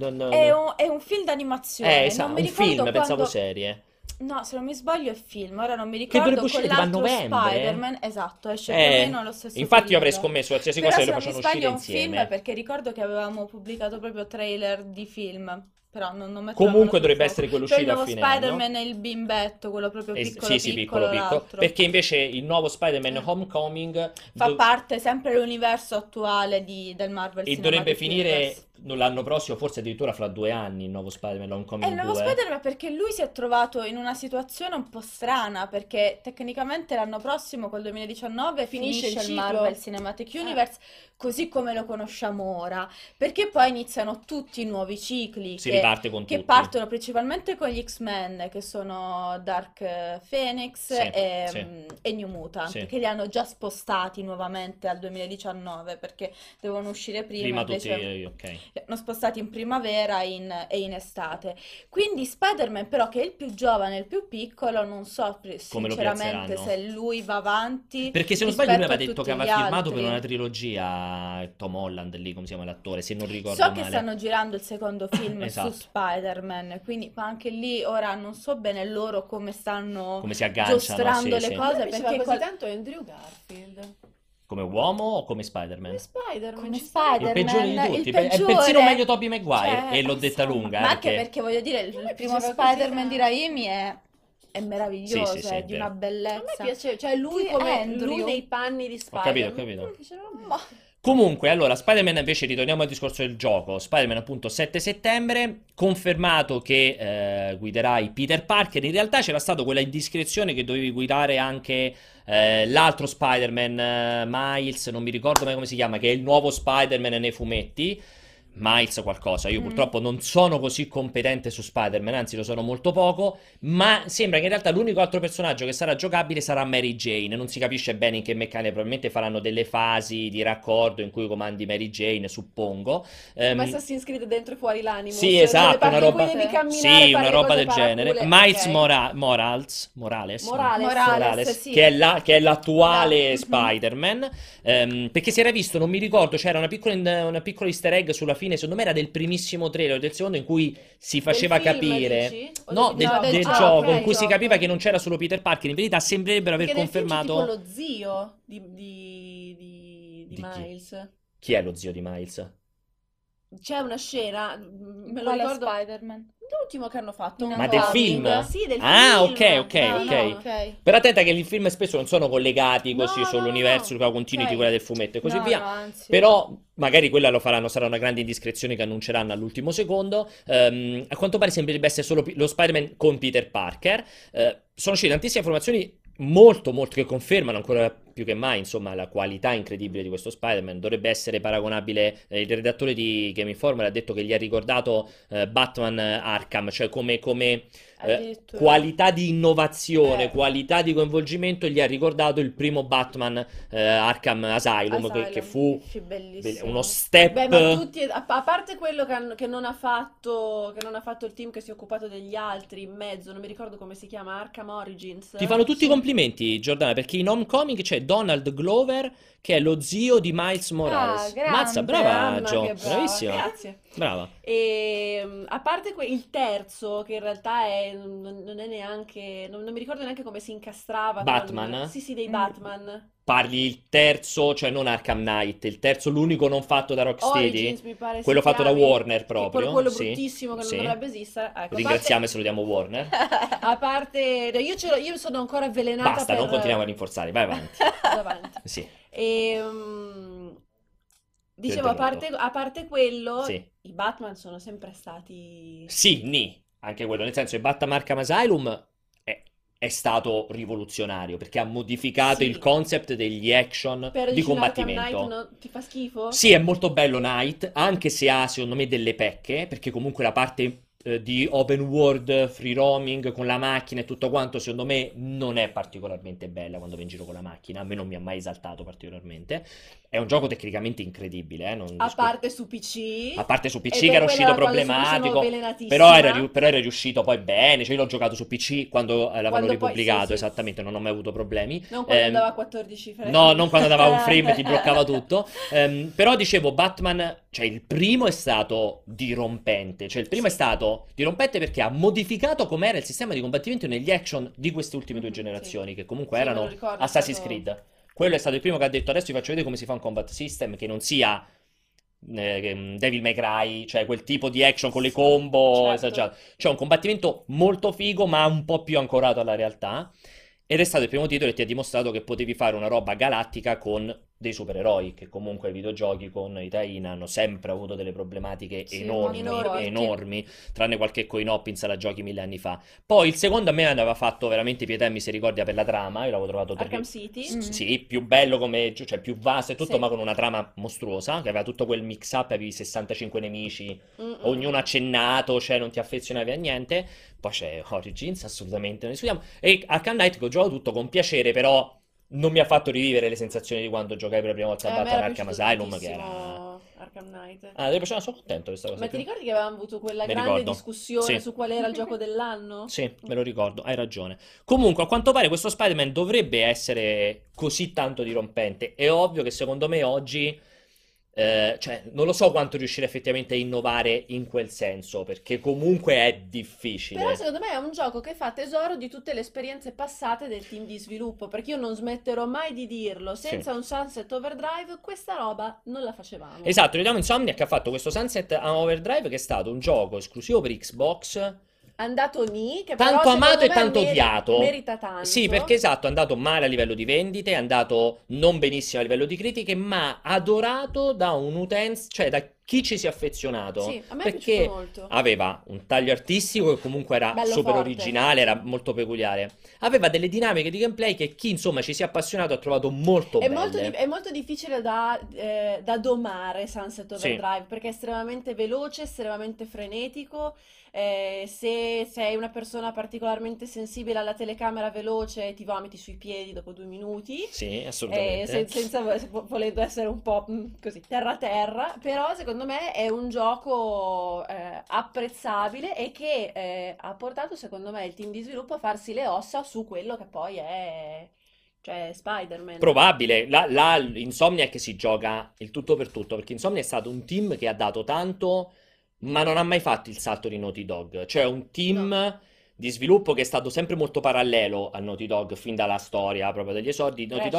È un film d'animazione, esatto, non mi un ricordo film, pensavo quando... serie. No, se non mi sbaglio è film, ora non mi Che dovrebbe ricordo, uscire con tipo a l'altro novembre. Spider-Man, esatto, esce più o meno allo stesso Infatti io avrei periodo. scommesso qualsiasi Però cosa se che lo non mi facciano sbaglio uscire è un film, insieme. perché ricordo che avevamo pubblicato proprio trailer di film, però non mettiamo Comunque sul dovrebbe fuoco. essere Cioè il quell'uscita a nuovo fine anno. Spider-Man e il bimbetto, quello proprio piccolo Sì, piccolo. l'altro. Perché invece il nuovo Spider-Man Homecoming Fa parte sempre dell'universo attuale del Marvel e Cinematic dovrebbe finire Universe. l'anno prossimo, forse addirittura fra 2 anni, il nuovo Spider-Man È Homecoming il nuovo 2. Spider-Man perché lui si è trovato in una situazione un po' strana, perché tecnicamente l'anno prossimo, col 2019, Finisce il il ciclo. Marvel Cinematic Universe così come lo conosciamo ora, perché poi iniziano tutti i nuovi cicli Si riparte con che tutti. partono principalmente con gli X-Men, che sono Dark Phoenix Sì, e, sì. e New Mutant, Sì. che li hanno già spostati nuovamente al 2019 perché devono uscire prima, Prima tutti, invece ok. hanno spostati in primavera e in estate. Quindi Spider-Man, però, che è il più giovane e il più piccolo, non so Come lo sinceramente piazzeranno. se lui va avanti Perché se non sbaglio lui rispetto aveva a detto che tutti aveva gli firmato per altri. una trilogia Tom Holland lì, come si chiama l'attore, se non ricordo So che male. stanno girando il secondo film Esatto. su Spider-Man, quindi ma anche lì ora non so bene loro come stanno Come si agganciano, giostrando sì, le sì. cose, Mi piaceva perché così tanto Andrew Garfield. Come uomo o come Spider-Man? Come Spider-Man. come ci sta. Il peggiore di Spider-Man, tutti, il è persino peggiore. meglio Tobey Maguire, Cioè, e l'ho detta lunga, ma anche perché... perché voglio dire, A me il primo piaceva così Spider-Man di tanto. Raimi è meraviglioso, Sì, sì, è è di vero. una A me bellezza. piaceva, cioè lui Sì, come Andrew. lui nei panni di Ho capito, Spider-Man. ho capito. Mi piaceva molto. Ma- Comunque, allora, Spider-Man invece, ritorniamo al discorso del gioco. Spider-Man appunto 7 settembre, confermato che guiderai Peter Parker. In realtà c'era stata quella indiscrezione che dovevi guidare anche l'altro Spider-Man, Miles, non mi ricordo mai come si chiama, che è il nuovo Spider-Man nei fumetti. Miles qualcosa, io purtroppo non sono così competente su Spider-Man, anzi lo sono molto poco, ma sembra che in realtà l'unico altro personaggio che sarà giocabile sarà Mary Jane, non si capisce bene in che meccanica, probabilmente faranno delle fasi di raccordo in cui comandi Mary Jane, suppongo. Come Assassin's Creed dentro e fuori l'animo. Sì, esatto, una roba, Devi camminare, sì, fare una le roba cose del genere. paracule. Miles Ok. Morales, Morales, sì. che è l'attuale Mhm. Spider-Man, perché si era visto, non mi ricordo, c'era una piccola easter egg sulla fine, secondo me era del primissimo trailer del secondo in cui si faceva Del film, capire, dici? O no, del gioco? del Ah, gioco, ok, in cui si gioco. capiva che non c'era solo Peter Parker, in verità sembrerebbero aver Perché nel film c'è confermato... tipo lo zio di Di chi? Miles. Chi è lo zio di Miles? C'è una scena, me lo Quale ricordo, Spider-Man? l'ultimo che hanno fatto. Ma un del coving. film? Sì, del Ah, film. ok, No, ok. no, ok. Però attenta che i film spesso non sono collegati No, così no, sull'universo, no. sulla continuity, Ok. quella del fumetto e così No, via. no, anzi. Però magari quella lo faranno, sarà una grande indiscrezione che annunceranno all'ultimo secondo. A quanto pare sembrerebbe essere solo lo Spider-Man con Peter Parker. Sono uscite tantissime informazioni molto che confermano ancora più che mai, insomma, la qualità incredibile di questo Spider-Man. Dovrebbe essere paragonabile, il redattore di Game Informer ha detto che gli ha ricordato Batman Arkham, cioè come qualità di innovazione, qualità di coinvolgimento, gli ha ricordato il primo Batman Arkham Asylum, che fu uno step. Beh, ma tutti, a parte quello che non ha fatto il team che si è occupato degli altri in mezzo, non mi ricordo come si chiama, Arkham Origins. Ti fanno tutti i complimenti, Giordana, perché in Homecoming c'è Donald Glover, che è lo zio di Miles Morales. grande, Mazza, brava, Anna, Gio, che brava, bravissima. grazie. Brava. E a parte il terzo, che in realtà non è neanche, non mi ricordo neanche come si incastrava Batman? Sì, dei Batman. Parli il terzo, cioè non Arkham Knight, il terzo, l'unico non fatto da Rocksteady, Origins, mi pare quello si fatto da chiami. Warner proprio, quello sì, bruttissimo che sì. non dovrebbe esistere. Ecco, Ringraziamo e salutiamo Warner. a parte io sono ancora avvelenata Basta, non continuiamo a rinforzare, vai avanti. davanti. Sì, E, dicevo, interrompo. a parte quello, Sì. i Batman sono sempre stati... Sì, anche quello, nel senso che Batman Arkham Asylum è stato rivoluzionario, perché ha modificato Sì. il concept degli action Però di dici un Arkham combattimento. Knight ti fa schifo? Sì, è molto bello Knight, anche se ha secondo me delle pecche, perché comunque la parte di open world, free roaming con la macchina e tutto quanto, secondo me non è particolarmente bella quando vai in giro con la macchina, a me non mi ha mai esaltato particolarmente. È un gioco tecnicamente incredibile, A parte su PC. a parte su PC E che era per uscito quella cosa su cui sono problematico, avvelenatissima. però era riuscito poi bene, cioè io l'ho giocato su PC quando l'avevano Quando poi- ripubblicato, sì. esattamente, non ho mai avuto problemi. Non quando Ehm, andava a 14 frame. No, non quando dava un frame e ti bloccava tutto. Però dicevo, Batman, cioè il primo è stato dirompente. Cioè il primo è stato dirompente perché ha modificato com'era il sistema di combattimento negli action di queste ultime due generazioni, che comunque Sì, me erano lo ricordo, è Assassin's stato- Creed. Quello è stato il primo che ha detto, adesso vi faccio vedere come si fa un combat system che non sia Devil May Cry, cioè quel tipo di action con le combo certo. esagerato. Cioè un combattimento molto figo, ma un po' più ancorato alla realtà. Ed è stato il primo titolo che ti ha dimostrato che potevi fare una roba galattica con dei supereroi, che comunque i videogiochi con i tie-in hanno sempre avuto delle problematiche Sì, enormi, enormi. enormi, tranne qualche coin-op in sala giochi 1000 anni fa. Poi il secondo a me aveva fatto veramente pietà e misericordia per la trama, io l'avevo trovato Arkham City. sì, più bello come, cioè più vasto e tutto, Sì. ma con una trama mostruosa, che aveva tutto quel mix-up, avevi 65 nemici, ognuno accennato, cioè non ti affezionavi a niente. Poi c'è Origins, assolutamente non discutiamo. E Arkham Knight che ho giocato tutto con piacere, però non mi ha fatto rivivere le sensazioni di quando giocai per la prima volta a A me Batman era Arkham piaciuto Asylum, che tantissimo era... Arkham Knight. Ah, delle persone sono contento di questa cosa. Ma ti ricordi che avevamo avuto quella Mi grande ricordo. discussione Sì. su qual era il gioco dell'anno? Sì, me lo ricordo, hai ragione. Comunque, a quanto pare questo Spider-Man dovrebbe essere così tanto dirompente. È ovvio che secondo me oggi, cioè, non lo so quanto riuscire effettivamente a innovare in quel senso, perché comunque è difficile. Però secondo me è un gioco che fa tesoro di tutte le esperienze passate del team di sviluppo, perché io non smetterò mai di dirlo, senza un Sunset Overdrive questa roba non la facevamo. Esatto, vediamo Insomniac che ha fatto questo Sunset Overdrive, che è stato un gioco esclusivo per Xbox, Andato lì, che tanto però amato secondo e me tanto odiato. merita tanto. Sì, perché esatto, è andato male a livello di vendite, è andato non benissimo a livello di critiche, ma adorato da un'utenza, cioè da chi ci si è affezionato. Sì, a me è perché piaciuto molto. aveva un taglio artistico che comunque era Bello super forte. originale, era molto peculiare. Aveva delle dinamiche di gameplay che chi insomma ci si è appassionato ha trovato molto È belle. è molto difficile da domare Sunset Sì. Overdrive perché è estremamente veloce, estremamente frenetico. Se sei una persona particolarmente sensibile alla telecamera veloce, ti vomiti sui piedi dopo 2 minuti. Sì, assolutamente. Senza volendo essere un po' così terra, però secondo me è un gioco apprezzabile e che ha portato secondo me il team di sviluppo a farsi le ossa su quello che poi è, cioè, Spider-Man. Probabile, là Insomniac si gioca il tutto per tutto, perché Insomniac è stato un team che ha dato tanto, ma non ha mai fatto il salto di Naughty Dog, cioè un team di sviluppo che è stato sempre molto parallelo a Naughty Dog fin dalla storia proprio degli esordi. Naughty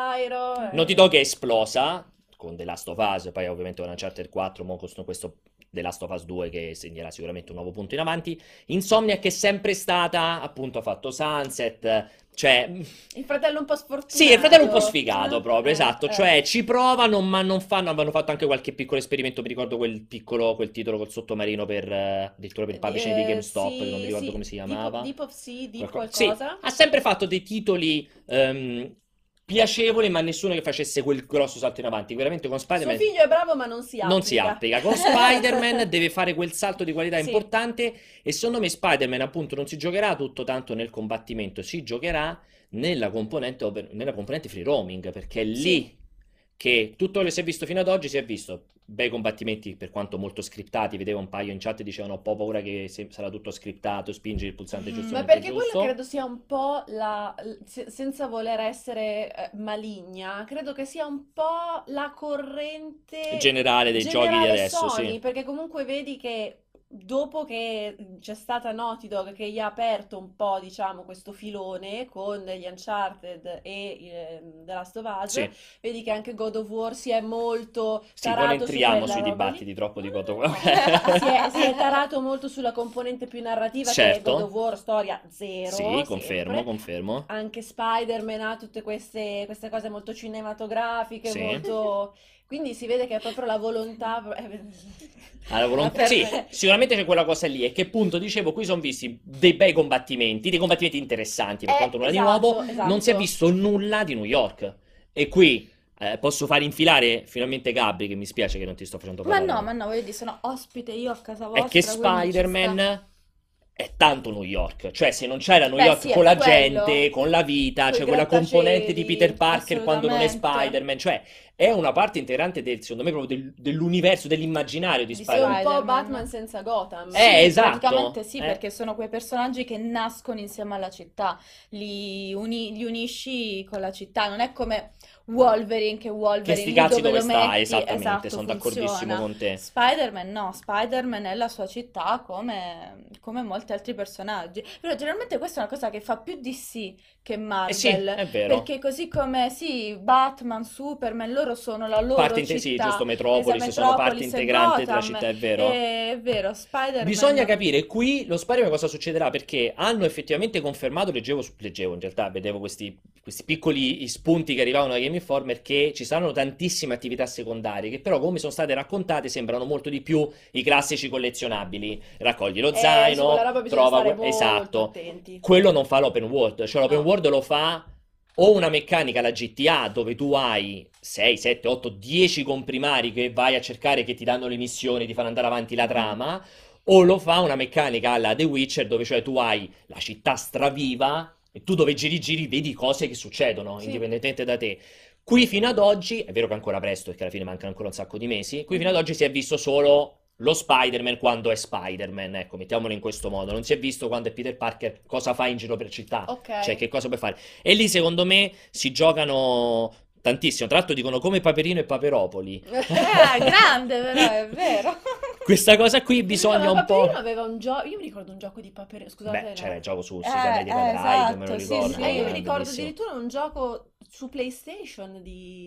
Dog è esplosa con The Last of Us, poi ovviamente con Uncharted 4, mo con questo The Last of Us 2 che segnerà sicuramente un nuovo punto in avanti. Insomniac è sempre stata, appunto, ha fatto Sunset, cioè... Il fratello un po' sfortunato. Sì, il fratello un po' sfigato proprio, esatto, eh. cioè ci provano ma non fanno, avevano fatto anche qualche piccolo esperimento, mi ricordo quel titolo col sottomarino addirittura per il publishing di GameStop, sì, non mi ricordo sì, come si chiamava. Deep of Sea, Sì, qualcosa. ha sempre fatto dei titoli piacevole, ma nessuno che facesse quel grosso salto in avanti. Veramente con Spider-Man Suo figlio è bravo, ma non si applica. non si applica. Con Spider-Man deve fare quel salto di qualità Sì. importante, e secondo me Spider-Man appunto non si giocherà tutto tanto nel combattimento, si giocherà nella componente free roaming, perché è lì Sì. che tutto quello che si è visto fino ad oggi si è visto. Bei combattimenti, per quanto molto scriptati. Vedevo un paio in chat dicevano ho paura che sarà tutto scriptato, spingi il pulsante giusto Ma perché quello credo sia un po' senza voler essere maligna, credo che sia un po' la corrente generale dei giochi di adesso, Sony, sì. perché comunque vedi che dopo che c'è stata Naughty Dog che gli ha aperto un po', diciamo, questo filone con gli Uncharted e The Last of Us, Sì. vedi che anche God of War si è molto Sì, non tarato su entriamo quella sui roba dibattiti lì. troppo di God of No, War. si è tarato molto sulla componente più narrativa, che è Certo. God of War, storia zero, Sì, confermo, sempre. confermo. Anche Spider-Man ha tutte queste cose molto cinematografiche, Sì. molto... Quindi si vede che è proprio la volontà... Sì, sicuramente c'è quella cosa lì. E che appunto dicevo, qui sono visti dei bei combattimenti, dei combattimenti interessanti per quanto nulla di nuovo. Non si è visto nulla di New York. E qui posso fare infilare finalmente Gabri, che mi spiace che non ti sto facendo parlare. Ma no, voglio dire, sono ospite io a casa vostra. È che quindi ci sta. Spider-Man è tanto New York. Cioè, se non c'era New Beh, York sì, è con la quello. gente, con la vita, Coi c'è quella componente di grattacieli, Peter Parker quando non è assolutamente. Spider-Man, cioè è una parte integrante secondo me proprio dell'universo, dell'immaginario di È un Spider-Man. po' Spider-Man. Batman senza Gotham. Sì, Esatto. praticamente sì, Eh. perché sono quei personaggi che nascono insieme alla città, li unisci con la città, non è come Wolverine, che Wolverine Che sti lì cazzi dove dove lo sta, metti, esattamente, esatto, sono d'accordissimo funziona. con te. Spider-Man no, Spider-Man è la sua città come molti altri personaggi, però generalmente questa è una cosa che fa più DC che Marvel, Sì, è vero. perché così come sì, Batman, Superman, loro sono la loro Parte città, sì, giusto, Metropolis, sono parte Metropolis e integrante della Gotham, città, è vero. è vero, Spider-Man... Bisogna capire qui lo Spider-Man cosa succederà, perché hanno effettivamente confermato, leggevo in realtà, vedevo questi piccoli spunti che arrivavano da Game Informer, che ci saranno tantissime attività secondarie, che però come sono state raccontate sembrano molto di più i classici collezionabili. Raccogli lo Su zaino, quella roba bisogna trova... stare molto Esatto. attenti. Quello non fa l'open world, cioè l'open No. world lo fa o una meccanica, la GTA, dove tu hai 6, 7, 8, 10 comprimari che vai a cercare, che ti danno le missioni, ti fanno andare avanti la trama, o lo fa una meccanica alla The Witcher, dove cioè tu hai la città straviva e tu dove giri vedi cose che succedono, Sì. indipendentemente da te. Qui fino ad oggi, è vero che è ancora presto, perché alla fine mancano ancora un sacco di mesi, qui fino ad oggi si è visto solo lo Spider-Man quando è Spider-Man, ecco, mettiamolo in questo modo. Non si è visto quando è Peter Parker cosa fa in giro per città, Ok. cioè che cosa puoi fare. E lì secondo me si giocano tantissimo, tra l'altro dicono come Paperino e Paperopoli. grande però, è vero. Questa cosa qui bisogna Ma un po'... Paperino aveva un gioco, io mi ricordo un gioco di Paperino, scusate. Beh, no. c'era il gioco su Super Media Drive, me lo esatto, sì, ricordo. sì. Io mi era ricordo bellissimo. addirittura un gioco su PlayStation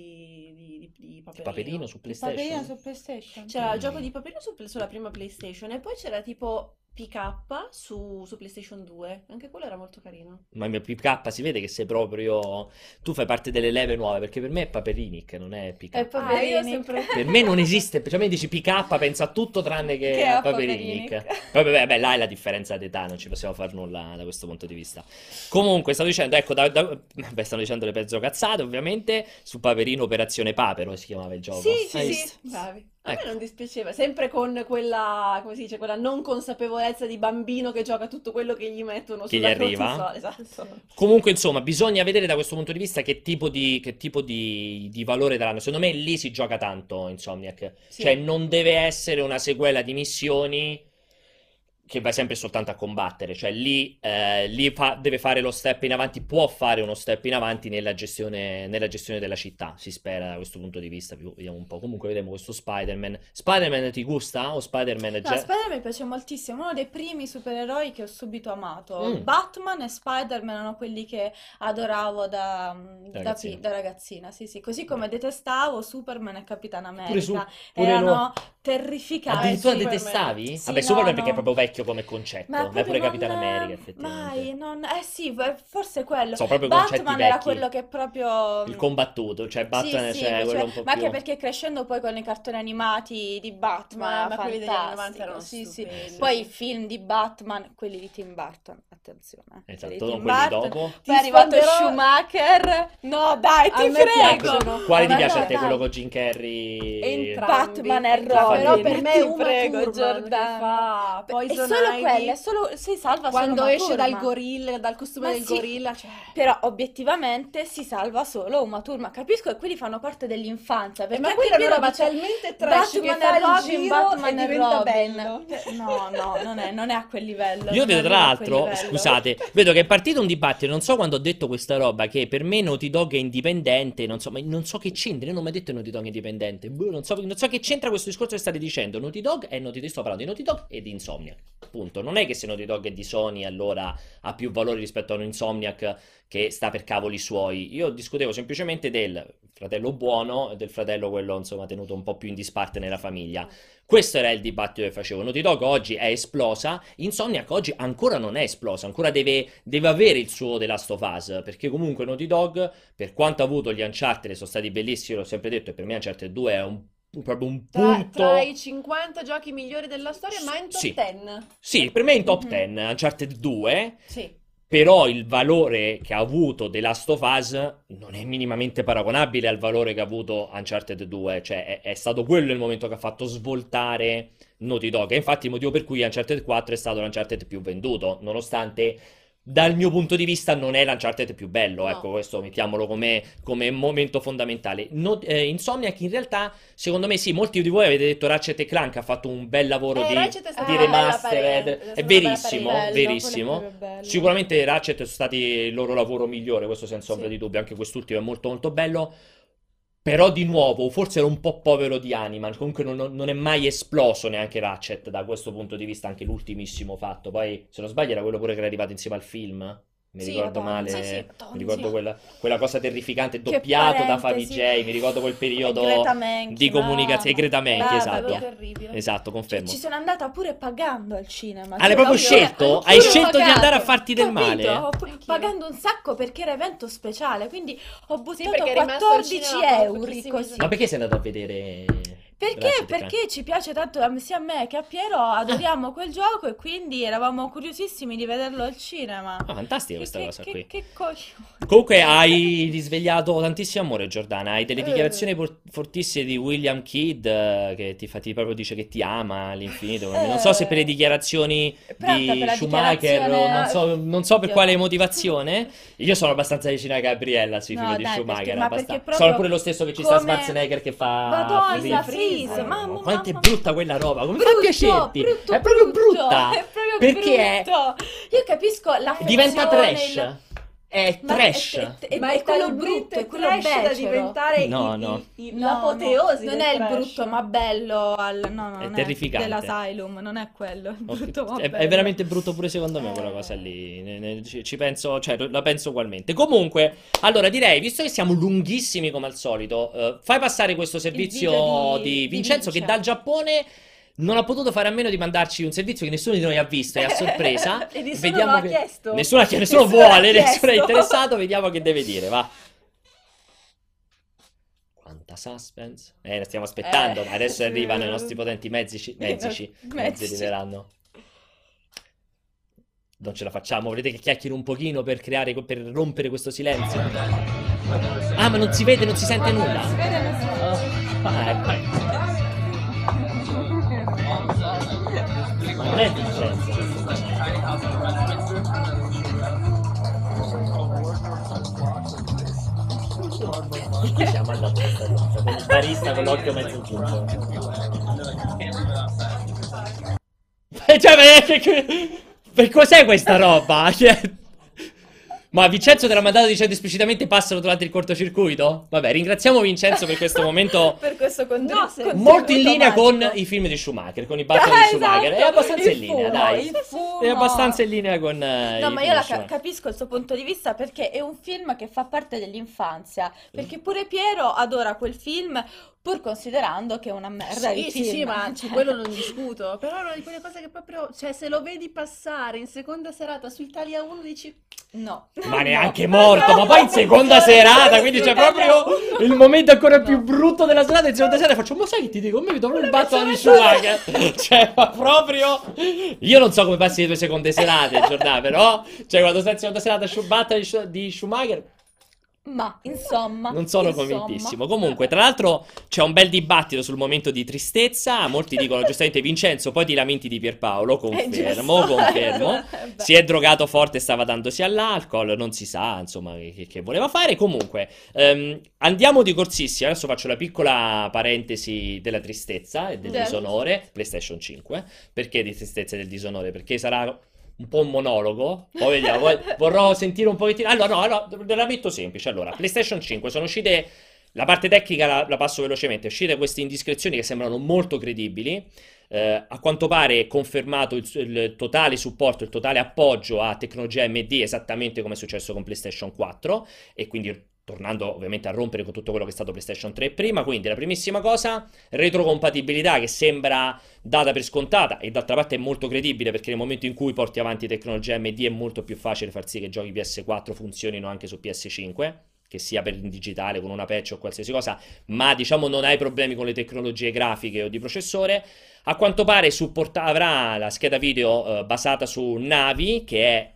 di Paperino. Paperino su Paperino PlayStation? su PlayStation. C'era il gioco di Paperino sulla prima PlayStation e poi c'era tipo PK su PlayStation 2. Anche quello era molto carino. Ma il mio PK si vede che sei proprio... Tu fai parte delle leve nuove, perché per me è Paperinic, non è PK. È Paperinic. io ho sempre... Per me non esiste, cioè mi dici PK, pensa a tutto tranne che Che a a Paperinic. Paperinic. Poi beh, là è la differenza d'età, non ci possiamo fare nulla da questo punto di vista. Comunque, stavo dicendo, ecco, beh, stanno dicendo le pezzo cazzate, ovviamente, su Paperino Operazione Papero si chiamava il gioco. Sì, Hai sì, visto? sì, bravi. A Ecco. me non dispiaceva, sempre con quella, come si dice, quella non consapevolezza di bambino che gioca tutto quello che gli mettono Che gli sulla arriva. console, esatto. Comunque, insomma, bisogna vedere da questo punto di vista che tipo di valore daranno. Secondo me lì si gioca tanto Insomniac. Sì. Cioè, non deve essere una sequela di missioni che vai sempre soltanto a combattere. Cioè, lì deve fare lo step in avanti, può fare uno step in avanti nella gestione della città. Si spera da questo punto di vista. Vediamo un po'. Comunque, vedremo questo Spider-Man. Spider-Man ti gusta? O Spider-Man è No, già... Spider-Man mi piace moltissimo, uno dei primi supereroi che ho subito amato. Mm. Batman e Spider-Man erano quelli che adoravo da ragazzina. da ragazzina, sì, sì. Così come detestavo Superman e Capitan Pure su- America. pure Erano no. terrificanti. Addirittura Superman. detestavi? Sì, Vabbè, no, Superman no. perché è proprio vecchio come concetto. Ma Ma pure proprio Capitan non... America, effettivamente. Mai, non... sì, forse quello. Sono proprio concetti Batman era vecchi. quello che proprio... Il combattuto, cioè Sì, Batman, sì, cioè quello un po' ma più... anche perché crescendo poi con i cartoni animati di Batman, Ma quelli degli anni 90 fantastico, erano sì, sì. stupendi. Poi i film di Batman, quelli di Tim Burton, attenzione. Quelli di Esatto, non Tim quelli Burton. dopo. Poi è arrivato sfonderò- Schumacher. No, dai, A ti me prego. piacciono. Quale ti Ma piace no, a te? dai. Quello con Jim Carrey? Entrambi, Batman e entrambi. Però Robin. per me Ti Uma prego, Thurman Giordano. che fa È Poison solo Ivy, quella, è solo... si salva quando solo Uma esce dal Thurman. gorilla, dal costume Ma del sì. gorilla, Però obiettivamente si salva solo Uma Thurman. Capisco che quelli fanno parte dell'infanzia, perché ma anche quella è una Piero roba dice, talmente trash che Batman fa e il Robin, giro Batman e e diventa Robin. bello. No, non è a quel livello. Io non vedo tra arriva a quel l'altro, livello. scusate, vedo che è partito un dibattito, non so quando ho detto questa roba, che per me Naughty Dog è indipendente, non so, ma non so che c'entra, io non ho mai detto che Naughty Dog è indipendente, non so che c'entra questo discorso che state dicendo, Naughty Dog è Naughty Dog, sto parlando di Naughty Dog e di Insomniac, punto, non è che se Naughty Dog è di Sony allora ha più valore rispetto a un Insomniac che sta per cavoli suoi, io discutevo semplicemente del fratello buono e del fratello quello insomma tenuto un po' più in disparte nella famiglia. Questo era il dibattito che facevo. Naughty Dog oggi è esplosa, Insomniac oggi ancora non è esplosa, ancora deve avere il suo The Last of Us, perché comunque Naughty Dog, per quanto ha avuto gli Uncharted, sono stati bellissimi, l'ho sempre detto, e per me Uncharted 2 è proprio un punto... Tra i 50 giochi migliori della storia, ma in top Sì. 10. Sì, per me è in top 10, Uncharted 2... Sì. Però il valore che ha avuto The Last of Us non è minimamente paragonabile al valore che ha avuto Uncharted 2, cioè è stato quello il momento che ha fatto svoltare Naughty Dog, e infatti il motivo per cui Uncharted 4 è stato l'Uncharted più venduto, nonostante dal mio punto di vista non è l'Uncharted più bello, No. ecco, questo mettiamolo come momento fondamentale. Insomniac in realtà, secondo me sì, molti di voi avete detto Ratchet e Clank ha fatto un bel lavoro Ratchet è stata di una bella remastered, parete, è è stata una bella verissimo, parete. verissimo. Quello è bello. Sicuramente Ratchet sono stati il loro lavoro migliore, questo senza ombra Sì. di dubbio, anche quest'ultimo è molto molto bello. Però di nuovo, forse era un po' povero di anima, comunque non è mai esploso neanche Ratchet da questo punto di vista, anche l'ultimissimo fatto. Poi, se non sbaglio, era quello pure che era arrivato insieme al film. Mi Sì, ricordo Madonna, male, sì, sì, mi Madonna, ricordo sì. quella cosa terrificante, Che doppiato da parentesi. Favij, mi ricordo quel periodo Greta Menchi, di comunicazione, Greta Menchi, mamma esatto, mia. terribile. esatto, confermo. Ci sono andata pure pagando al cinema. Ah, l'hai Cioè, proprio scelto? anch'io Hai ho scelto di pagato. andare a farti del Capito? male? Anch'io. Pagando un sacco perché era evento speciale, quindi ho buttato perché è rimasto al 14 cinema per euro pochissimi così. giorni. Ma perché sei andato a vedere Perché? Ratchet e Clank? Perché ci piace tanto sia a me che a Piero, adoriamo quel gioco e quindi eravamo curiosissimi di vederlo al cinema. Ah, fantastica questa cosa qui. Che coglione. Comunque hai risvegliato tantissimo amore, Giordana. Hai delle dichiarazioni fortissime di William Kidd che ti proprio dice che ti ama all'infinito. Non so se per le dichiarazioni Pronta di per la Schumacher o dichiarazione? non so per Oddio. quale motivazione. Io sono abbastanza vicino a Gabriella sui No, film di dai, Schumacher. perché- ma abbastanza. perché proprio Sono pure lo stesso che ci sta come- Schwarzenegger che fa Madonna, Freeze. Freeze, mamma, Quanto è mamma. brutta quella roba, come fa a piacerti? Brutto, È proprio brutto, brutta. è proprio Perché brutto. Io capisco la diventa trash. È Ma trash. Ma è quello tal brutto, è quello trash da becero. diventare No, no. l'apoteosi non del è il trash. brutto ma bello no, È non terrificante. dell'Asylum, non è quello, il Ok. brutto ma È bello. veramente brutto pure secondo me quella cosa lì. Ci penso, cioè la penso ugualmente. Comunque, allora direi, visto che siamo lunghissimi come al solito, fai passare questo servizio video di di Vincenzo che Vince. dal Giappone non ha potuto fare a meno di mandarci un servizio che nessuno di noi ha visto, è a sorpresa. E nessuno Vediamo lo ha che- chiesto. Nessuno Nessuno vuole, l'ha nessuno è chiesto. interessato, vediamo che deve dire, va. Quanta suspense. La stiamo aspettando. Adesso arrivano i nostri potenti mezzici arriveranno. Non ce la facciamo. Volete che chiacchieri un pochino per rompere questo silenzio? Ah, ma non si vede, non si sente nulla. Ah, ecco. Ma non è Vincenzo. Perché siamo andati questa cosa? Con il barista con l'occhio mezzo chiuso. Cioè, per cos'è questa roba? Cioè, ma Vincenzo te l'ha mandato dicendo esplicitamente passalo durante il cortocircuito? Vabbè, ringraziamo Vincenzo per questo momento Per questo contributo molto in linea con magico. i film di Schumacher, con i Batman di Schumacher. È Esatto, abbastanza il in linea, fumo, dai. il fumo. È abbastanza in linea con No, i ma film io di la Schumacher. capisco il suo punto di vista perché è un film che fa parte dell'infanzia. Perché pure Piero adora quel film pur considerando che è una merda di film. Sì, ma su quello non discuto. Però è una di quelle cose che proprio, cioè, se lo vedi passare in seconda serata su Italia 1 dici no. Ma neanche morto, ma poi in seconda serata, quindi c'è proprio il momento ancora più brutto della serata. In seconda serata faccio, ma sai che ti dico, mi dovrò il battuto di Schumacher. Cioè, ma proprio... Io non so come passi le tue seconde serate, Giordana, però... Cioè, quando stai in seconda serata di Schumacher... Ma, insomma... Non sono convintissimo. Comunque, tra l'altro, c'è un bel dibattito sul momento di tristezza. Molti dicono, giustamente, Vincenzo, poi ti lamenti di Pierpaolo. Confermo. Si è drogato forte e stava dandosi all'alcol. Non si sa, insomma, che voleva fare. Comunque, andiamo di corsissima. Adesso faccio la piccola parentesi della tristezza e del disonore. PlayStation 5. Perché di tristezza e del disonore? Perché sarà... un po' un monologo, poi vediamo, vorrò sentire un pochettino. Allora, la metto semplice. Allora, PlayStation 5 sono uscite, la parte tecnica la passo velocemente, uscite queste indiscrezioni che sembrano molto credibili. A quanto pare è confermato il totale supporto, il totale appoggio a tecnologia AMD, esattamente come è successo con PlayStation 4, e quindi tornando ovviamente a rompere con tutto quello che è stato PlayStation 3 prima. Quindi la primissima cosa, retrocompatibilità, che sembra data per scontata e d'altra parte è molto credibile, perché nel momento in cui porti avanti tecnologia AMD è molto più facile far sì che giochi PS4 funzionino anche su PS5, che sia per in digitale con una patch o qualsiasi cosa, ma diciamo non hai problemi con le tecnologie grafiche o di processore. A quanto pare avrà la scheda video basata su Navi, che è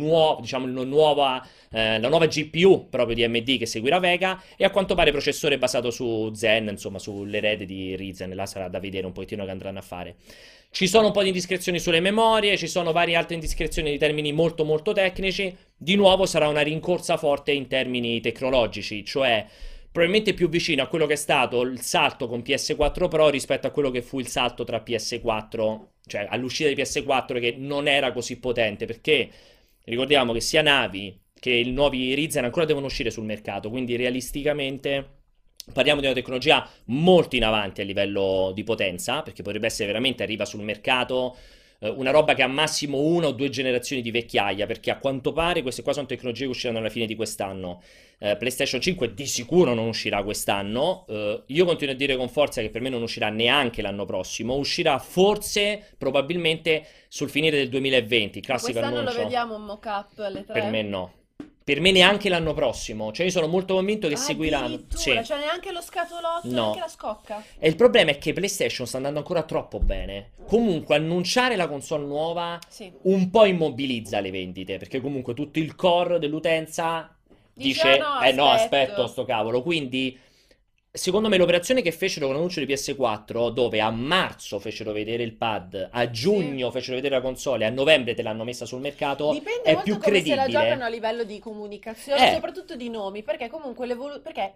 la nuova GPU proprio di AMD che seguirà Vega, e a quanto pare processore basato su Zen, insomma sull'erede di Ryzen. Là sarà da vedere un pochettino che andranno a fare. Ci sono un po' di indiscrezioni sulle memorie, ci sono varie altre indiscrezioni di termini molto molto tecnici. Di nuovo sarà una rincorsa forte in termini tecnologici, cioè probabilmente più vicino a quello che è stato il salto con PS4 Pro rispetto a quello che fu il salto tra PS4, cioè all'uscita di PS4, che non era così potente, perché ricordiamo che sia Navi che i nuovi Ryzen ancora devono uscire sul mercato, quindi realisticamente parliamo di una tecnologia molto in avanti a livello di potenza, perché potrebbe essere veramente, arriva sul mercato una roba che ha massimo 1 o 2 generazioni di vecchiaia, perché a quanto pare queste qua sono tecnologie che usciranno alla fine di quest'anno. PlayStation 5 di sicuro non uscirà quest'anno. Io continuo a dire con forza che per me non uscirà neanche l'anno prossimo. Uscirà forse, probabilmente, sul finire del 2020. Classico quest'anno annuncio. lo vediamo un mock-up alle 3? Per me no. Per me neanche l'anno prossimo. Cioè io sono molto convinto che seguiranno. Sì. Cioè neanche lo scatolotto, No. neanche la scocca. E il problema è che PlayStation sta andando ancora troppo bene. Comunque annunciare la console nuova un po' immobilizza le vendite, perché comunque tutto il core dell'utenza dice no, aspetto sto cavolo. Quindi secondo me l'operazione che fecero con l'annuncio di PS4, dove a marzo fecero vedere il pad, a giugno fecero vedere la console, a novembre te l'hanno messa sul mercato, dipende è molto più come credibile. se la giocano a livello di comunicazione, soprattutto di nomi, perché comunque perché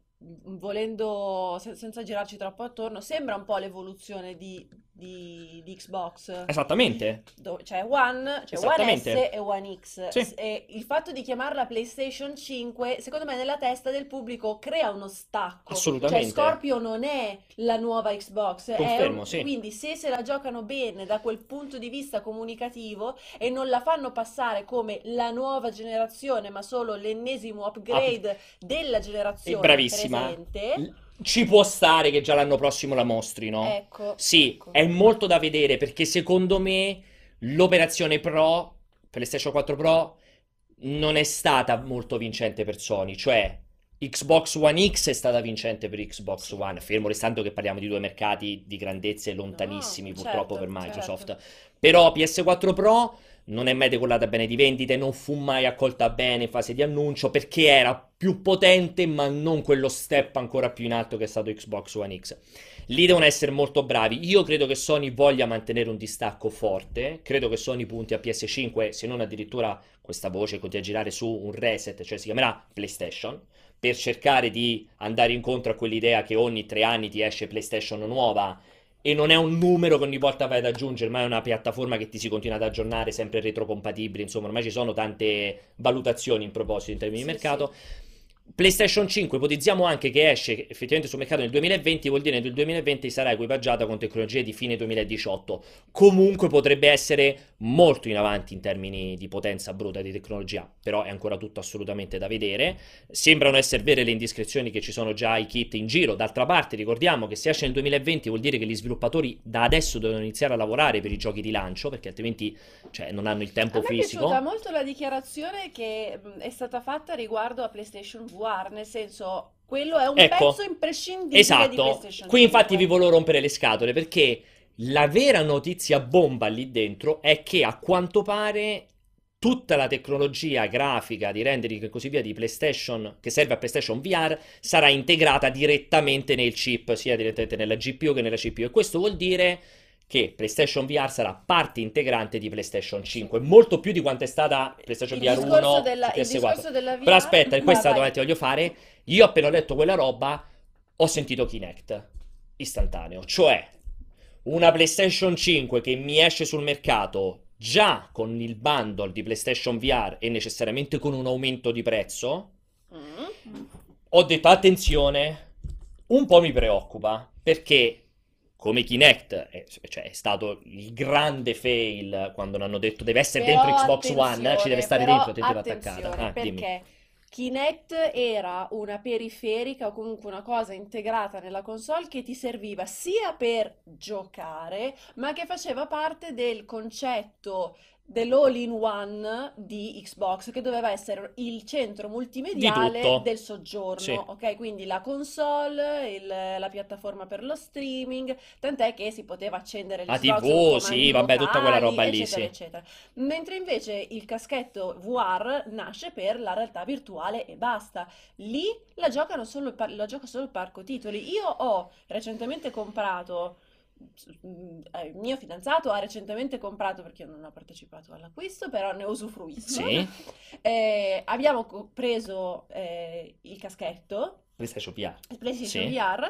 volendo, senza girarci troppo attorno, sembra un po' l'evoluzione di Xbox. Esattamente. C'è One, c'è One S e One X. Sì. E il fatto di chiamarla PlayStation 5, secondo me nella testa del pubblico crea uno stacco. Assolutamente. Cioè Scorpio non è la nuova Xbox. Confermo, sì. Quindi se la giocano bene da quel punto di vista comunicativo e non la fanno passare come la nuova generazione, ma solo l'ennesimo upgrade della generazione bravissima. presente, ci può stare che già l'anno prossimo la mostrino. ecco, Sì, ecco. è molto da vedere, perché secondo me l'operazione Pro, PlayStation 4 Pro, non è stata molto vincente per Sony. Cioè Xbox One X è stata vincente per Xbox One, fermo restando che parliamo di due mercati di grandezze lontanissimi, purtroppo, per Microsoft. Però PS4 Pro non è mai decollata bene di vendite, non fu mai accolta bene in fase di annuncio, perché era più potente ma non quello step ancora più in alto che è stato Xbox One X. Lì devono essere molto bravi. Io credo che Sony voglia mantenere un distacco forte, credo che Sony punti a PS5, se non addirittura questa voce continua a girare su un reset, cioè si chiamerà PlayStation, per cercare di andare incontro a quell'idea che ogni 3 anni ti esce PlayStation nuova. E non è un numero che ogni volta vai ad aggiungere, ma è una piattaforma che ti si continua ad aggiornare, sempre retrocompatibile. Insomma, ormai ci sono tante valutazioni in proposito in termini di mercato. PlayStation 5 ipotizziamo anche che esce effettivamente sul mercato nel 2020, vuol dire che nel 2020 sarà equipaggiata con tecnologie di fine 2018. Comunque potrebbe essere molto in avanti in termini di potenza bruta di tecnologia, però è ancora tutto assolutamente da vedere. Sembrano essere vere le indiscrezioni che ci sono già i kit in giro. D'altra parte ricordiamo che se esce nel 2020 vuol dire che gli sviluppatori da adesso devono iniziare a lavorare per i giochi di lancio, perché altrimenti non hanno il tempo fisico. A me è piaciuta molto la dichiarazione che è stata fatta riguardo a PlayStation VR, nel senso, quello è un pezzo imprescindibile di PlayStation 5. Qui infatti vi volevo rompere le scatole, perché la vera notizia bomba lì dentro è che a quanto pare tutta la tecnologia grafica di rendering e così via di PlayStation, che serve a PlayStation VR, sarà integrata direttamente nel chip, sia direttamente nella GPU che nella CPU, e questo vuol dire che PlayStation VR sarà parte integrante di PlayStation 5, molto più di quanto è stata PlayStation VR 1 e PS4. Però aspetta, questa domanda voglio fare. Io appena ho letto quella roba ho sentito Kinect istantaneo, cioè una PlayStation 5 che mi esce sul mercato già con il bundle di PlayStation VR e necessariamente con un aumento di prezzo. Ho detto attenzione, un po' mi preoccupa, perché come Kinect è stato il grande fail quando hanno detto deve essere dentro Xbox One, ci deve stare dentro attaccata. Perché dimmi. Kinect era una periferica o comunque una cosa integrata nella console che ti serviva sia per giocare, ma che faceva parte del concetto dell'all-in-one di Xbox, che doveva essere il centro multimediale del soggiorno, sì. Ok? Quindi la console, la piattaforma per lo streaming, tant'è che si poteva accendere la l'Xbox TV, sì, vabbè, vocali, tutta quella roba lì, eccetera, sì. eccetera. Mentre invece il caschetto VR nasce per la realtà virtuale e basta. Lì la gioca solo il parco titoli. Io ho recentemente comprato, il mio fidanzato ha recentemente comprato, perché io non ho partecipato all'acquisto, però ne ho usufruito. Sì. Abbiamo preso il caschetto PlayStation VR. PlayStation VR,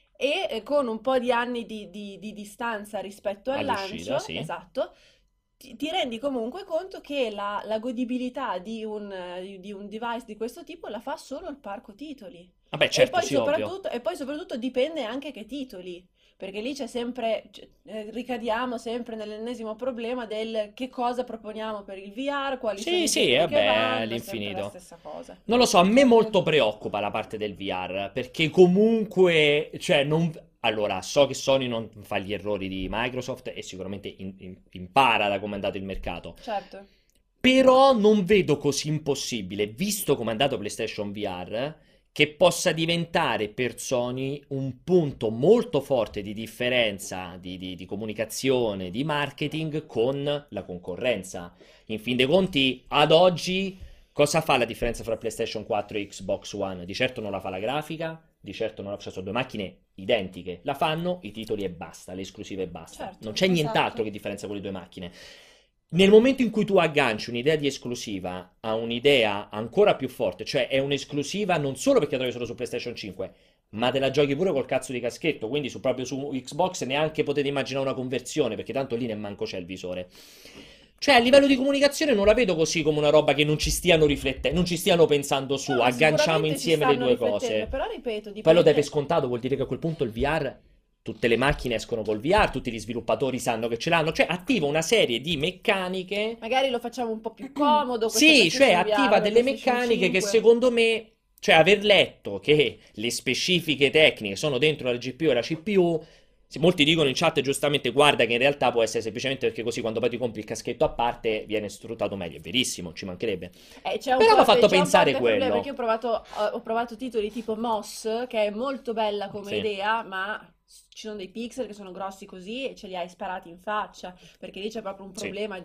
e con un po' di anni di distanza rispetto al lancio, sì. esatto, ti rendi comunque conto che la godibilità di un device di questo tipo la fa solo il parco titoli. Vabbè, certo, E poi soprattutto dipende anche che titoli. Perché lì c'è sempre, ricadiamo sempre nell'ennesimo problema del che cosa proponiamo per il VR, quali sono i giochi che vanno, l'infinito. È la stessa cosa. Non lo so, a me molto preoccupa la parte del VR, perché comunque, allora, so che Sony non fa gli errori di Microsoft e sicuramente impara da come è andato il mercato. Certo. Però non vedo così impossibile, visto come è andato PlayStation VR, che possa diventare per Sony un punto molto forte di differenza di comunicazione, di marketing con la concorrenza. In fin dei conti, ad oggi, cosa fa la differenza fra PlayStation 4 e Xbox One? Di certo non la fa la grafica, di certo non la fa, sono due macchine identiche, la fanno i titoli e basta, le esclusive e basta. Certo, non c'è nient'altro che differenza con le due macchine. Nel momento in cui tu agganci un'idea di esclusiva a un'idea ancora più forte, cioè è un'esclusiva non solo perché la trovi solo su PlayStation 5, ma te la giochi pure col cazzo di caschetto, quindi proprio su Xbox neanche potete immaginare una conversione, perché tanto lì manco c'è il visore. Cioè a livello di comunicazione non la vedo così come una roba che non ci stiano riflettendo, non ci stiano pensando su, agganciamo insieme le due cose. Però ripeto, poi lo dai per scontato, vuol dire che a quel punto il VR... Tutte le macchine escono col VR, tutti gli sviluppatori sanno che ce l'hanno, cioè attiva una serie di meccaniche. Magari lo facciamo un po' più comodo. Sì, cioè attiva delle meccaniche che secondo me, cioè aver letto che le specifiche tecniche sono dentro la GPU e la CPU, molti dicono in chat giustamente guarda che in realtà può essere semplicemente perché così quando poi ti compri il caschetto a parte viene sfruttato meglio, è verissimo, ci mancherebbe. Però mi ha fatto pensare quello. Perché ho provato titoli tipo Moss, che è molto bella come idea, ma... ci sono dei pixel che sono grossi così e ce li hai sparati in faccia, perché lì c'è proprio un problema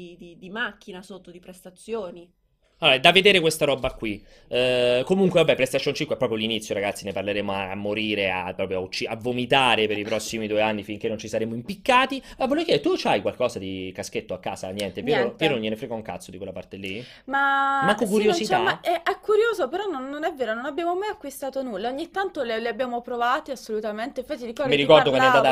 di macchina sotto, di prestazioni. Allora, è da vedere questa roba qui. Comunque, vabbè, PlayStation 5 è proprio l'inizio, ragazzi. Ne parleremo a morire, proprio a vomitare per i prossimi 2 anni finché non ci saremo impiccati. Ma volevo chiedere, tu c'hai qualcosa di caschetto a casa? Niente. Piero non gliene frega un cazzo di quella parte lì? Manco curiosità? È curioso, però non è vero, non abbiamo mai acquistato nulla. Ogni tanto le abbiamo provate assolutamente. Infatti mi ricordo che ne è andata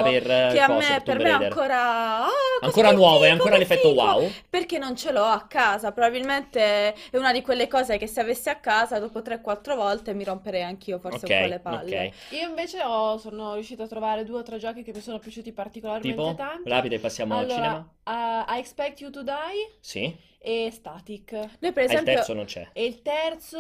per me ancora nuovo, è ancora l'effetto wow. Perché non ce l'ho a casa. Probabilmente è una di quelle cose che se avessi a casa dopo 3-4 volte mi romperei anch'io forse un po' le palle. Io invece sono riuscita a trovare 2 o 3 giochi che mi sono piaciuti particolarmente Tipo? tanto. Rapide, passiamo al cinema. I Expect You to Die Sì. e Static. Noi per Il esempio terzo non c'è. E il terzo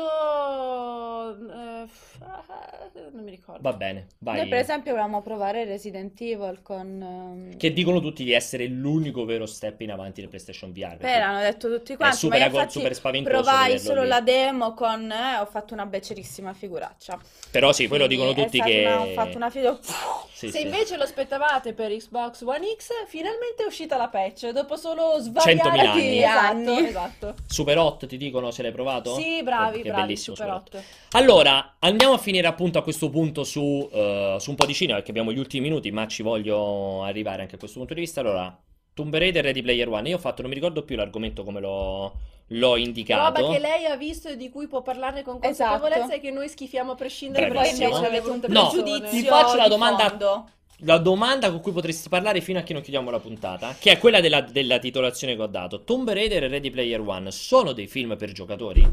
non mi ricordo. Va bene, vai. Noi per esempio volevamo provare Resident Evil con Che dicono tutti di essere l'unico vero step in avanti del PlayStation VR. hanno detto tutti quanti, super, ma io infatti super spaventoso provai vederlo solo lì. la demo con ho fatto una becerissima figuraccia. Però sì, poi lo dicono tutti che... Ho fatto una fido... Sì, Se sì. invece lo aspettavate per Xbox One X, finalmente è uscita la patch, dopo solo 100.000 svariati anni. Esatto. Super Hot, ti dicono, se l'hai provato? Sì, bravi, Che bravi, bellissimo Super Super Hot. 8. Allora, andiamo a finire appunto a questo punto su un po' di cinema, perché abbiamo gli ultimi minuti, ma ci voglio arrivare anche a questo punto di vista. Allora, Tomb Raider e Ready Player One. Io ho fatto, non mi ricordo più l'argomento come l'ho indicato. Roba che lei ha visto e di cui può parlarne con consapevolezza e che noi schifiamo a prescindere Poi Bravissimo. invece persone, avete un brutte No, pregiudizio persone. ti faccio la di domanda- fondo. La domanda con cui potresti parlare fino a che non chiudiamo la puntata, che è quella della titolazione che ho dato. Tomb Raider e Ready Player One sono dei film per giocatori?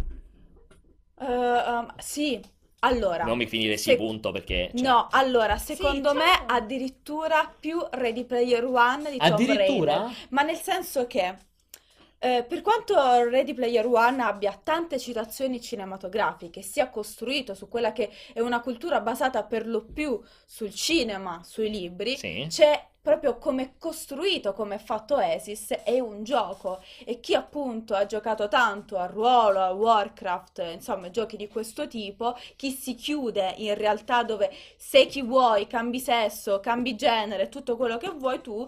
Sì, allora Non mi finire sì, se- punto, perché... cioè, No, allora, secondo me ciao. addirittura più Ready Player One di Tomb addirittura? Raider. Ma nel senso che, per quanto Ready Player One abbia tante citazioni cinematografiche, sia costruito su quella che è una cultura basata per lo più sul cinema, sui libri, Sì. c'è proprio come è costruito, come è fatto Oasis, è un gioco. E chi appunto ha giocato tanto a ruolo, a Warcraft, insomma, giochi di questo tipo, chi si chiude in realtà dove sei chi vuoi, cambi sesso, cambi genere, tutto quello che vuoi tu,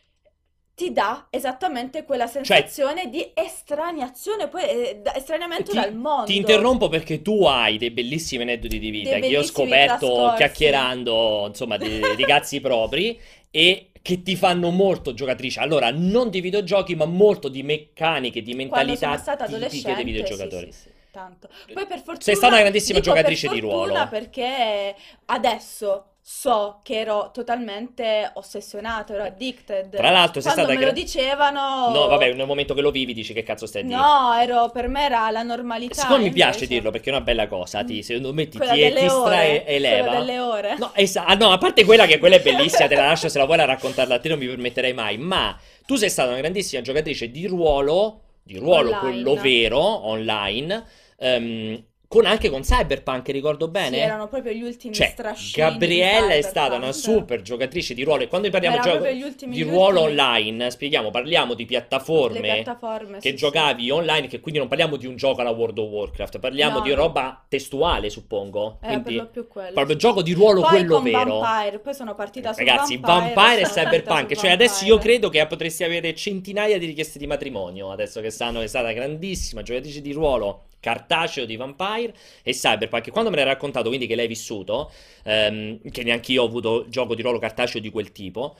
ti dà esattamente quella sensazione di estraniazione, poi estraniamento dal mondo. Ti interrompo perché tu hai dei bellissimi aneddoti di vita Dei che io ho bellissimi scoperto trascorsi. chiacchierando, insomma, di cazzi propri e che ti fanno molto giocatrice. Allora, non di videogiochi, ma molto di meccaniche, di Quando mentalità sono stata tipiche adolescente, dei videogiocatori. sì, tanto. Poi per fortuna, Sei stata una grandissima dico per giocatrice di fortuna ruolo. perché adesso so che ero totalmente ossessionata, ero addicted. Tra l'altro, sei Quando stata me lo dicevano, No, vabbè, nel momento che lo vivi dici che cazzo stai a dire. no, per me era la normalità. Siccome mi piace invece. dirlo perché è una bella cosa, secondo me ti Quella delle distrae ore, e eleva. quella delle ore. No, no, a parte quella è bellissima, te la lascio se la vuoi la raccontarla a te, non mi permetterei mai. Ma tu sei stata una grandissima giocatrice di ruolo Online. quello vero, online, anche con Cyberpunk, ricordo bene. Sì, erano proprio gli ultimi Cioè, strascini di Gabriella è stata una Cyberpunk. super giocatrice di ruolo. E quando parliamo Erano proprio gli ultimi, di gli ruolo ultimi. online, parliamo di Le piattaforme piattaforme, che sì, giocavi online, che quindi non parliamo di un gioco alla World of Warcraft, parliamo No, di no. roba testuale, suppongo. Era per Quindi lo più quello. proprio gioco di ruolo, Poi quello con vero. Vampire, poi sono partita su Ragazzi, Vampire Vampire e sono partita Cyberpunk, su cioè adesso io Vampire. credo che potresti avere centinaia di richieste di matrimonio, adesso che è stata grandissima giocatrice di ruolo cartaceo di Vampire e Cyberpunk. Quando me l'hai raccontato, quindi che l'hai vissuto, che neanche io ho avuto gioco di ruolo cartaceo di quel tipo,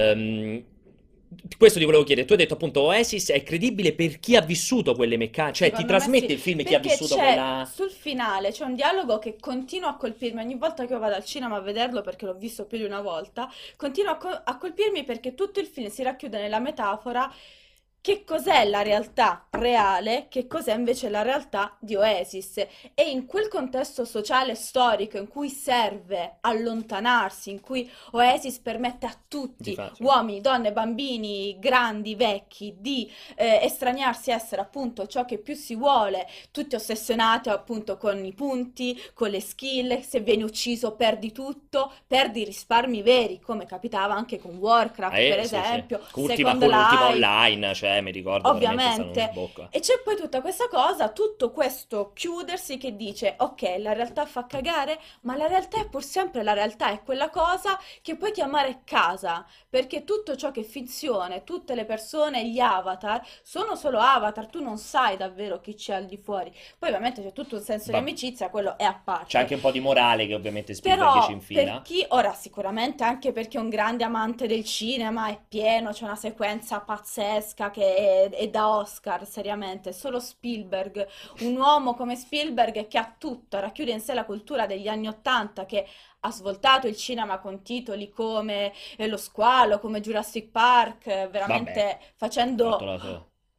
questo ti volevo chiedere. Tu hai detto appunto Oasis è credibile per chi ha vissuto quelle meccaniche, cioè ti Secondo me trasmette sì, il film chi ha perché vissuto c'è quella... sul finale c'è un dialogo che continua a colpirmi ogni volta che io vado al cinema a vederlo, perché l'ho visto più di una volta, continua a colpirmi perché tutto il film si racchiude nella metafora che cos'è la realtà reale, che cos'è invece la realtà di Oasis. E in quel contesto sociale e storico in cui serve allontanarsi, in cui Oasis permette a tutti, uomini, donne, bambini, grandi, vecchi, di estraniarsi, essere appunto ciò che più si vuole, tutti ossessionati appunto con i punti, con le skill, se vieni ucciso perdi tutto, perdi risparmi veri, come capitava anche con Warcraft per esempio, Ultima Second con l'ultima Life. online, cioè mi ricordo Ovviamente. bocca. E c'è poi tutta questa cosa, tutto questo chiudersi che dice ok, la realtà fa cagare, ma la realtà è pur sempre la realtà, è quella cosa che puoi chiamare casa, perché tutto ciò che è finzione, tutte le persone, gli avatar, sono solo avatar, tu non sai davvero chi c'è al di fuori. Poi ovviamente c'è tutto un senso di amicizia, quello è a parte. C'è anche un po' di morale che ovviamente Spielberg Però ci infila. per chi, ora sicuramente anche perché è un grande amante del cinema, è pieno, c'è una sequenza pazzesca che è da Oscar, seriamente, solo Spielberg, un uomo come Spielberg che ha tutto, racchiude in sé la cultura degli anni '80, che ha svoltato il cinema con titoli come Lo Squalo, come Jurassic Park, veramente Vabbè, facendo fatto la sua.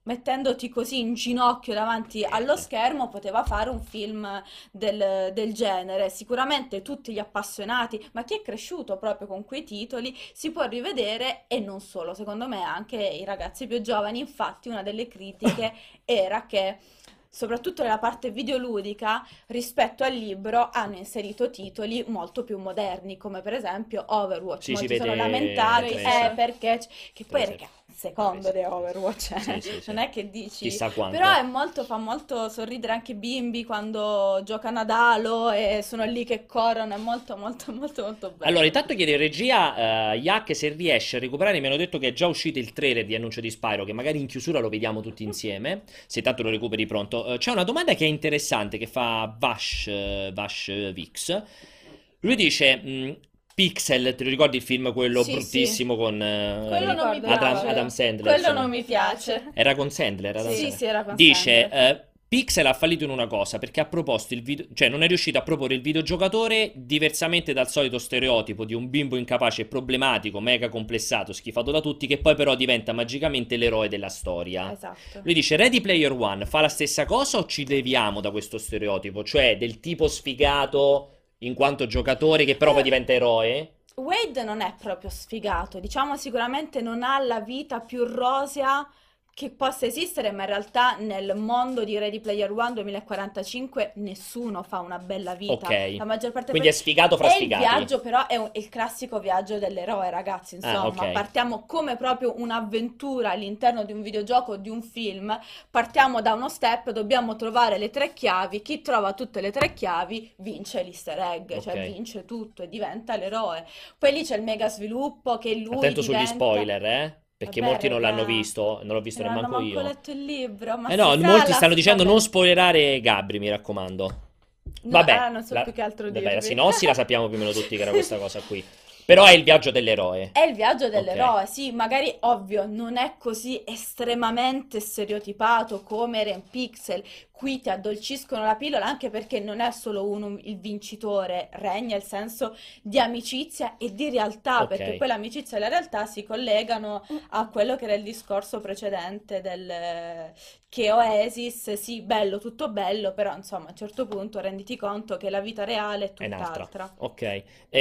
mettendoti così in ginocchio davanti allo schermo, poteva fare un film del genere. Sicuramente tutti gli appassionati, ma chi è cresciuto proprio con quei titoli, si può rivedere, e non solo, secondo me anche i ragazzi più giovani. Infatti una delle critiche era che soprattutto nella parte videoludica, rispetto al libro, hanno inserito titoli molto più moderni, come per esempio Overwatch. Sì, Molti si sono vede lamentati, perché... Che poi, Sì. raga, secondo di Overwatch, Sì. non è che dici... Chissà quanto. Però fa molto sorridere anche i bimbi quando giocano ad Halo e sono lì che corrono, è molto bello. Allora, intanto chiedo in regia, Yak, se riesce a recuperare. Mi hanno detto che è già uscito il trailer di annuncio di Spyro, che magari in chiusura lo vediamo tutti insieme, se tanto lo recuperi pronto. C'è una domanda che è interessante, che fa Vash Vix. Lui dice... Pixel, te lo ricordi il film quello Sì, bruttissimo sì. con Quello non mi piace. Adam Sandler? Quello insomma. non mi piace. Era con Sandler? Adam Sì, Sandler. sì, era con Dice, Sandler. Pixel ha fallito in una cosa, perché ha proposto il video, cioè non è riuscito a proporre il videogiocatore diversamente dal solito stereotipo di un bimbo incapace e problematico, mega complessato, schifato da tutti, che poi però diventa magicamente l'eroe della storia. Esatto. Lui dice, Ready Player One fa la stessa cosa o ci deviamo da questo stereotipo? Cioè del tipo sfigato in quanto giocatore che però poi diventa eroe? Wade non è proprio sfigato, diciamo sicuramente non ha la vita più rosea che possa esistere, ma in realtà nel mondo di Ready Player One 2045 nessuno fa una bella vita. Ok. La maggior parte Quindi è sfigato fra E il sfigati. viaggio però è il classico viaggio dell'eroe, ragazzi, insomma, ok. partiamo come proprio un'avventura all'interno di un videogioco o di un film, partiamo da uno step, dobbiamo trovare le 3 chiavi, chi trova tutte le 3 chiavi vince l'easter egg, cioè Ok. vince tutto e diventa l'eroe. Poi lì c'è il mega sviluppo che lui Attento sugli diventa... spoiler, perché Vabbè, molti non raga, l'hanno visto, non l'ho visto non hanno nemmeno manco io. letto il libro, ma No, si sa molti la stanno dicendo storia. non spoilerare Gabri, mi raccomando. No, Vabbè, non so più che altro vabbè, la dirvi. sinossi la sappiamo più o meno tutti che era questa cosa qui. Però è il viaggio dell'eroe. È il viaggio dell'eroe, sì, magari ovvio, non è così estremamente stereotipato come era in Pixel. Qui ti addolciscono la pillola, anche perché non è solo uno il vincitore, regna il senso di amicizia e di realtà, Ok. perché poi l'amicizia e la realtà si collegano a quello che era il discorso precedente che Oasis, sì, bello, tutto bello, però insomma a un certo punto renditi conto che la vita reale è È un'altra. tutt'altra. Ok.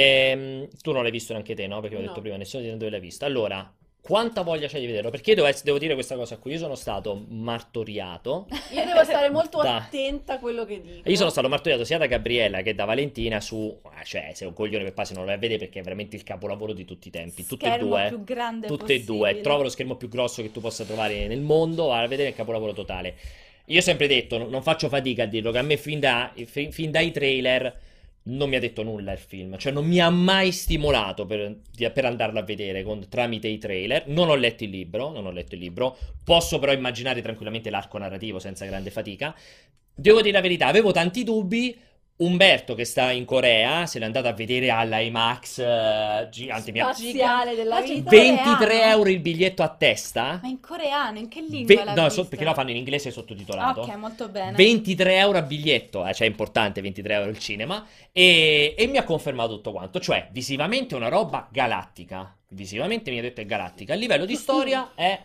Tu non l'hai visto neanche te, no? Perché ho detto No. prima, nessuno di noi dove l'ha visto. Allora, quanta voglia c'hai di vederlo? Perché io devo dire questa cosa qui. Io sono stato martoriato. Io devo stare molto Da- attenta a quello che dico. Io sono stato martoriato sia da Gabriella che da Valentina su... Cioè, sei un coglione per poi se non lo vai a vedere perché è veramente il capolavoro di tutti i tempi. Tutte e Schermo due. più grande Tutte e due. possibile. Trovo lo schermo più grosso che tu possa trovare nel mondo. Va a vedere il capolavoro totale. Io ho sempre detto, non faccio fatica a dirlo, che a me fin dai trailer non mi ha detto nulla il film. Cioè non mi ha mai stimolato per andarlo a vedere tramite i trailer. Non ho letto il libro. Posso però immaginare tranquillamente l'arco narrativo senza grande fatica. Devo dire la verità, avevo tanti dubbi. Umberto, che sta in Corea, se l'è andato a vedere alla IMAX gigante. Spaziale della Ma vita. 23 coreano. euro il biglietto a testa. Ma in coreano, in che lingua l'hai No, vista? perché lo fanno in inglese sottotitolato. Ok, molto bene. 23 euro a biglietto, cioè è importante 23 euro il cinema, e mi ha confermato tutto quanto, cioè visivamente è una roba galattica, visivamente mi ha detto è galattica, a livello di storia è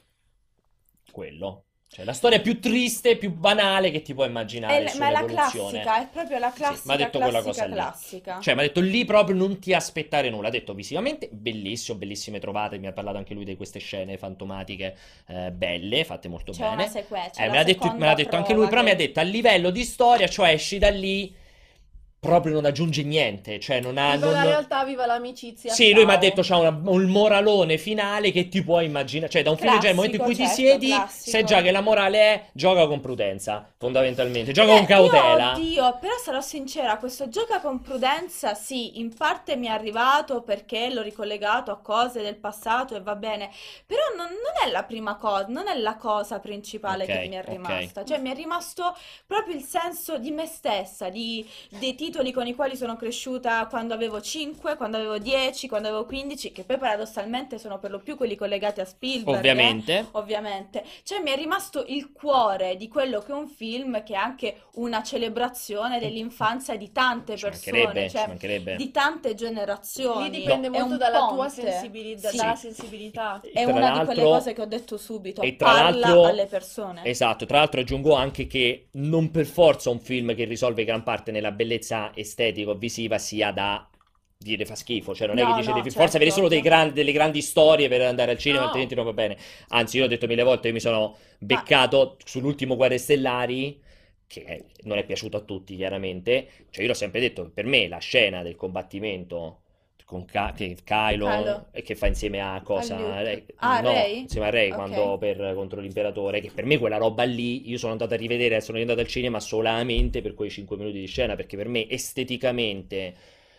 quello, cioè la storia più triste, più banale che ti puoi immaginare Ma è la sull'evoluzione. classica, è proprio la Sì, classica, m'ha detto quella classica, cosa lì. classica. Cioè mi ha detto lì proprio non ti aspettare nulla, ha detto visivamente bellissimo, bellissime trovate, mi ha parlato anche lui di queste scene fantomatiche belle, fatte molto C'è bene. una sequenza, Me l'ha detto anche lui, però mi ha detto a livello di storia, cioè esci da lì, proprio non aggiunge niente, cioè non ha... Viva la realtà, viva l'amicizia. Sì, lui mi ha ciao. detto c'ha un moralone finale che ti puoi immaginare, cioè da un film del genere, nel momento in cui ti Classico, siedi, classico. sai già che la morale è gioca con prudenza, fondamentalmente, gioca con cautela. Oddio, però sarò sincera, questo gioca con prudenza, sì, in parte mi è arrivato perché l'ho ricollegato a cose del passato e va bene, però non è la prima cosa, non è la cosa principale Ok, che mi è ok. rimasta, cioè mi è rimasto proprio il senso di me stessa, dei titoli titoli con i quali sono cresciuta quando avevo 5, quando avevo 10, quando avevo 15, che poi paradossalmente sono per lo più quelli collegati a Spielberg. Ovviamente. Cioè mi è rimasto il cuore di quello che è un film che è anche una celebrazione dell'infanzia di tante persone, cioè di tante generazioni. Lì dipende molto dalla tua sensibilità, dalla sensibilità. È una di quelle cose che ho detto subito, parla alle persone. Esatto, tra l'altro aggiungo anche che non per forza un film che risolve gran parte nella bellezza estetica o visiva sia da dire fa schifo, cioè non è che dice devi forza avere solo delle grandi storie per andare al cinema, altrimenti non va bene. Anzi, io ho detto 1000 volte, io mi sono beccato sull'ultimo Guerre Stellari, che non è piaciuto a tutti chiaramente, cioè io l'ho sempre detto che per me la scena del combattimento con Kylo che fa insieme a Rey, insieme a Rey quando contro l'imperatore, che per me quella roba lì, io sono andato a rivedere, sono andato al cinema solamente per quei 5 minuti di scena, perché per me esteticamente,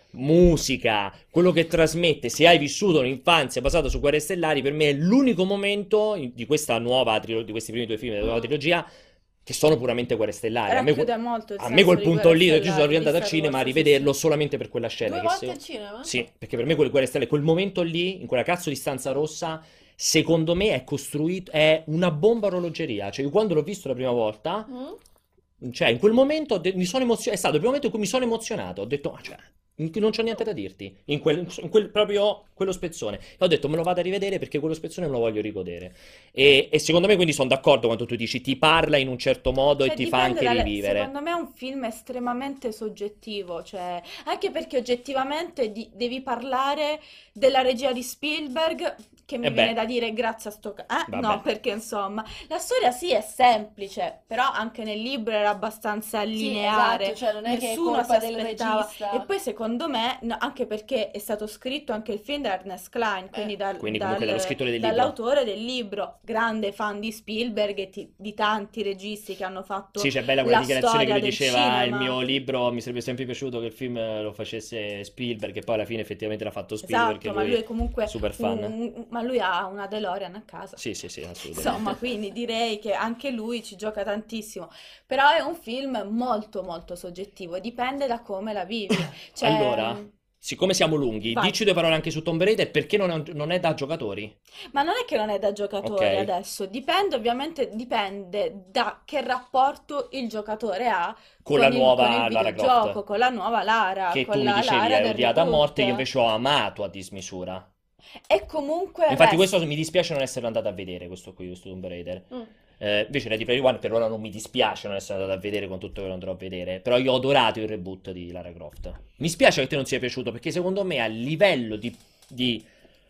musica, quello che trasmette, se hai vissuto un'infanzia basata su Guerre Stellari, per me è l'unico momento di questa nuova di questi primi 2 film della nuova trilogia che sono puramente Guerre Stellari. A me quel punto lì, io sono riandato al cinema a rivederlo solamente per quella scena. 2 volte al cinema? Sì, perché per me quelle Guerre Stellari, quel momento lì, in quella cazzo di stanza rossa, secondo me è costruito, è una bomba a orologeria. Cioè, io quando l'ho visto la prima volta, cioè in quel momento mi sono emozionato, è stato il primo momento in cui mi sono emozionato. Ho detto, non c'ho niente da dirti in quel proprio quello spezzone. E ho detto me lo vado a rivedere perché quello spezzone me lo voglio rigodere. E secondo me quindi sono d'accordo quando tu dici ti parla in un certo modo e ti fa anche rivivere. Secondo me è un film estremamente soggettivo, cioè anche perché oggettivamente devi parlare della regia di Spielberg, che mi viene da dire grazie a sto no, perché insomma la storia sì è semplice, però anche nel libro era abbastanza lineare, cioè non è nessuno che è si aspettava. E poi secondo me anche perché è stato scritto anche il film da Ernest Cline, quindi dallo scrittore del libro, dall'autore del libro, grande fan di Spielberg e di tanti registi che hanno fatto c'è bella quella dichiarazione che lui diceva cinema. Il mio libro mi sarebbe sempre piaciuto che il film lo facesse Spielberg, e poi alla fine effettivamente l'ha fatto Spielberg, ma lui è comunque super fan. ma lui ha una DeLorean a casa. Sì, assolutamente. Insomma, quindi direi che anche lui ci gioca tantissimo. Però è un film molto molto soggettivo, dipende da come la vivi. Cioè, allora, siccome siamo lunghi, dici 2 parole anche su Tomb Raider, perché non è da giocatori? Ma non è che non è da giocatori adesso, dipende da che rapporto il giocatore ha con la nuova Lara Croft, con la nuova Lara, che con tu mi dicevi è odiata a morte, io invece ho amato a dismisura. E comunque infatti questo mi dispiace non essere andato a vedere questo Tomb Raider. Invece Ready Player One per ora non mi dispiace non essere andato a vedere, con tutto che lo andrò a vedere, però io ho adorato il reboot di Lara Croft. Mi spiace che a te non sia piaciuto, perché secondo me a livello di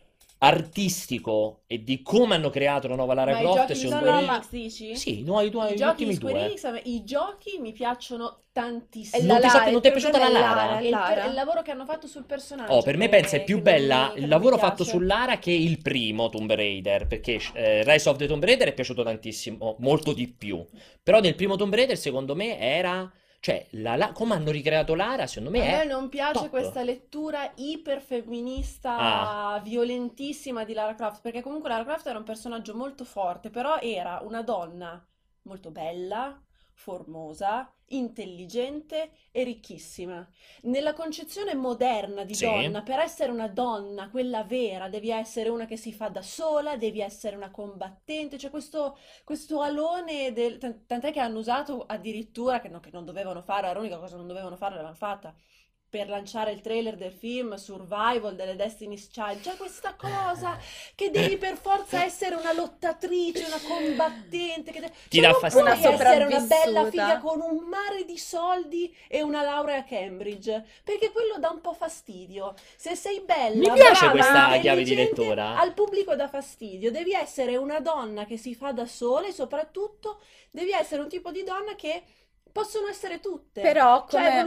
artistico e di come hanno creato la nuova Lara Croft, secondo me Max dici? Sì, gli ultimi 2. I giochi mi piacciono tantissimo. Non ti è piaciuta la Lara? Il lavoro che hanno fatto sul personaggio. Per me pensa è più bella il lavoro fatto su Lara che il primo Tomb Raider, perché Rise of the Tomb Raider è piaciuto tantissimo, molto di più. Però nel primo Tomb Raider secondo me era... Cioè, come hanno ricreato Lara, secondo me a me non piace questa lettura iperfemminista, violentissima di Lara Croft, perché comunque Lara Croft era un personaggio molto forte, però era una donna molto bella, formosa, intelligente e ricchissima. Nella concezione moderna di donna, per essere una donna, quella vera, devi essere una che si fa da sola, devi essere una combattente, c'è questo alone, tant'è che hanno usato addirittura, che non dovevano fare, era l'unica cosa che non dovevano fare, l'avevano fatta, per lanciare il trailer del film Survival delle Destiny's Child. C'è questa cosa che devi per forza essere una lottatrice, una combattente, ti dà fastidio. Non puoi essere una bella figlia con un mare di soldi e una laurea a Cambridge, perché quello dà un po' fastidio. Se sei bella, mi piace brava, questa chiave di lettura. Al pubblico dà fastidio. Devi essere una donna che si fa da sola e soprattutto devi essere un tipo di donna che possono essere tutte. Però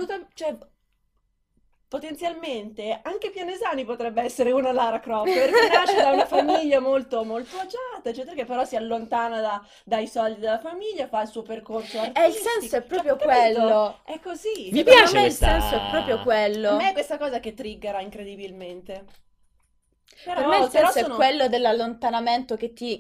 potenzialmente anche Pianesani potrebbe essere una Lara Croft, perché nasce da una famiglia molto molto agiata, eccetera, che però si allontana dai soldi della famiglia, fa il suo percorso artistico. Il senso è proprio quello. È così. Mi piace il senso è proprio quello. A me è questa cosa che triggera incredibilmente. Per me il senso è quello dell'allontanamento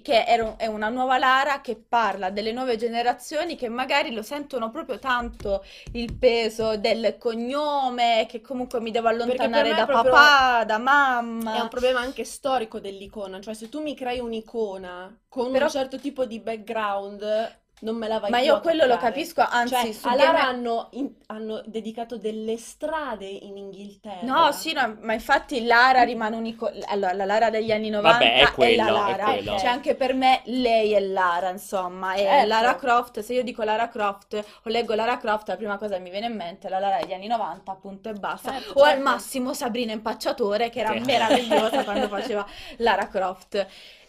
è una nuova Lara che parla delle nuove generazioni che magari lo sentono proprio tanto il peso del cognome, che comunque mi devo allontanare da papà, da mamma. È un problema anche storico dell'icona, cioè se tu mi crei un'icona con un certo tipo di background, non me la vai Ma più io a quello lo toccare. capisco, anzi, Cioè, su a Lara Game- hanno dedicato delle strade in Inghilterra. No, sì, no, ma infatti Lara rimane allora, la Lara degli anni 90 Vabbè, è è quello, la Lara. è quello. Cioè, anche per me lei è Lara, insomma, è Certo. Lara Croft. Se io dico Lara Croft o leggo Lara Croft, la prima cosa che mi viene in mente è la Lara degli anni 90, appunto, e basta. Certo, O al certo. massimo Sabrina Impacciatore, che era Sì. meravigliosa quando faceva Lara Croft.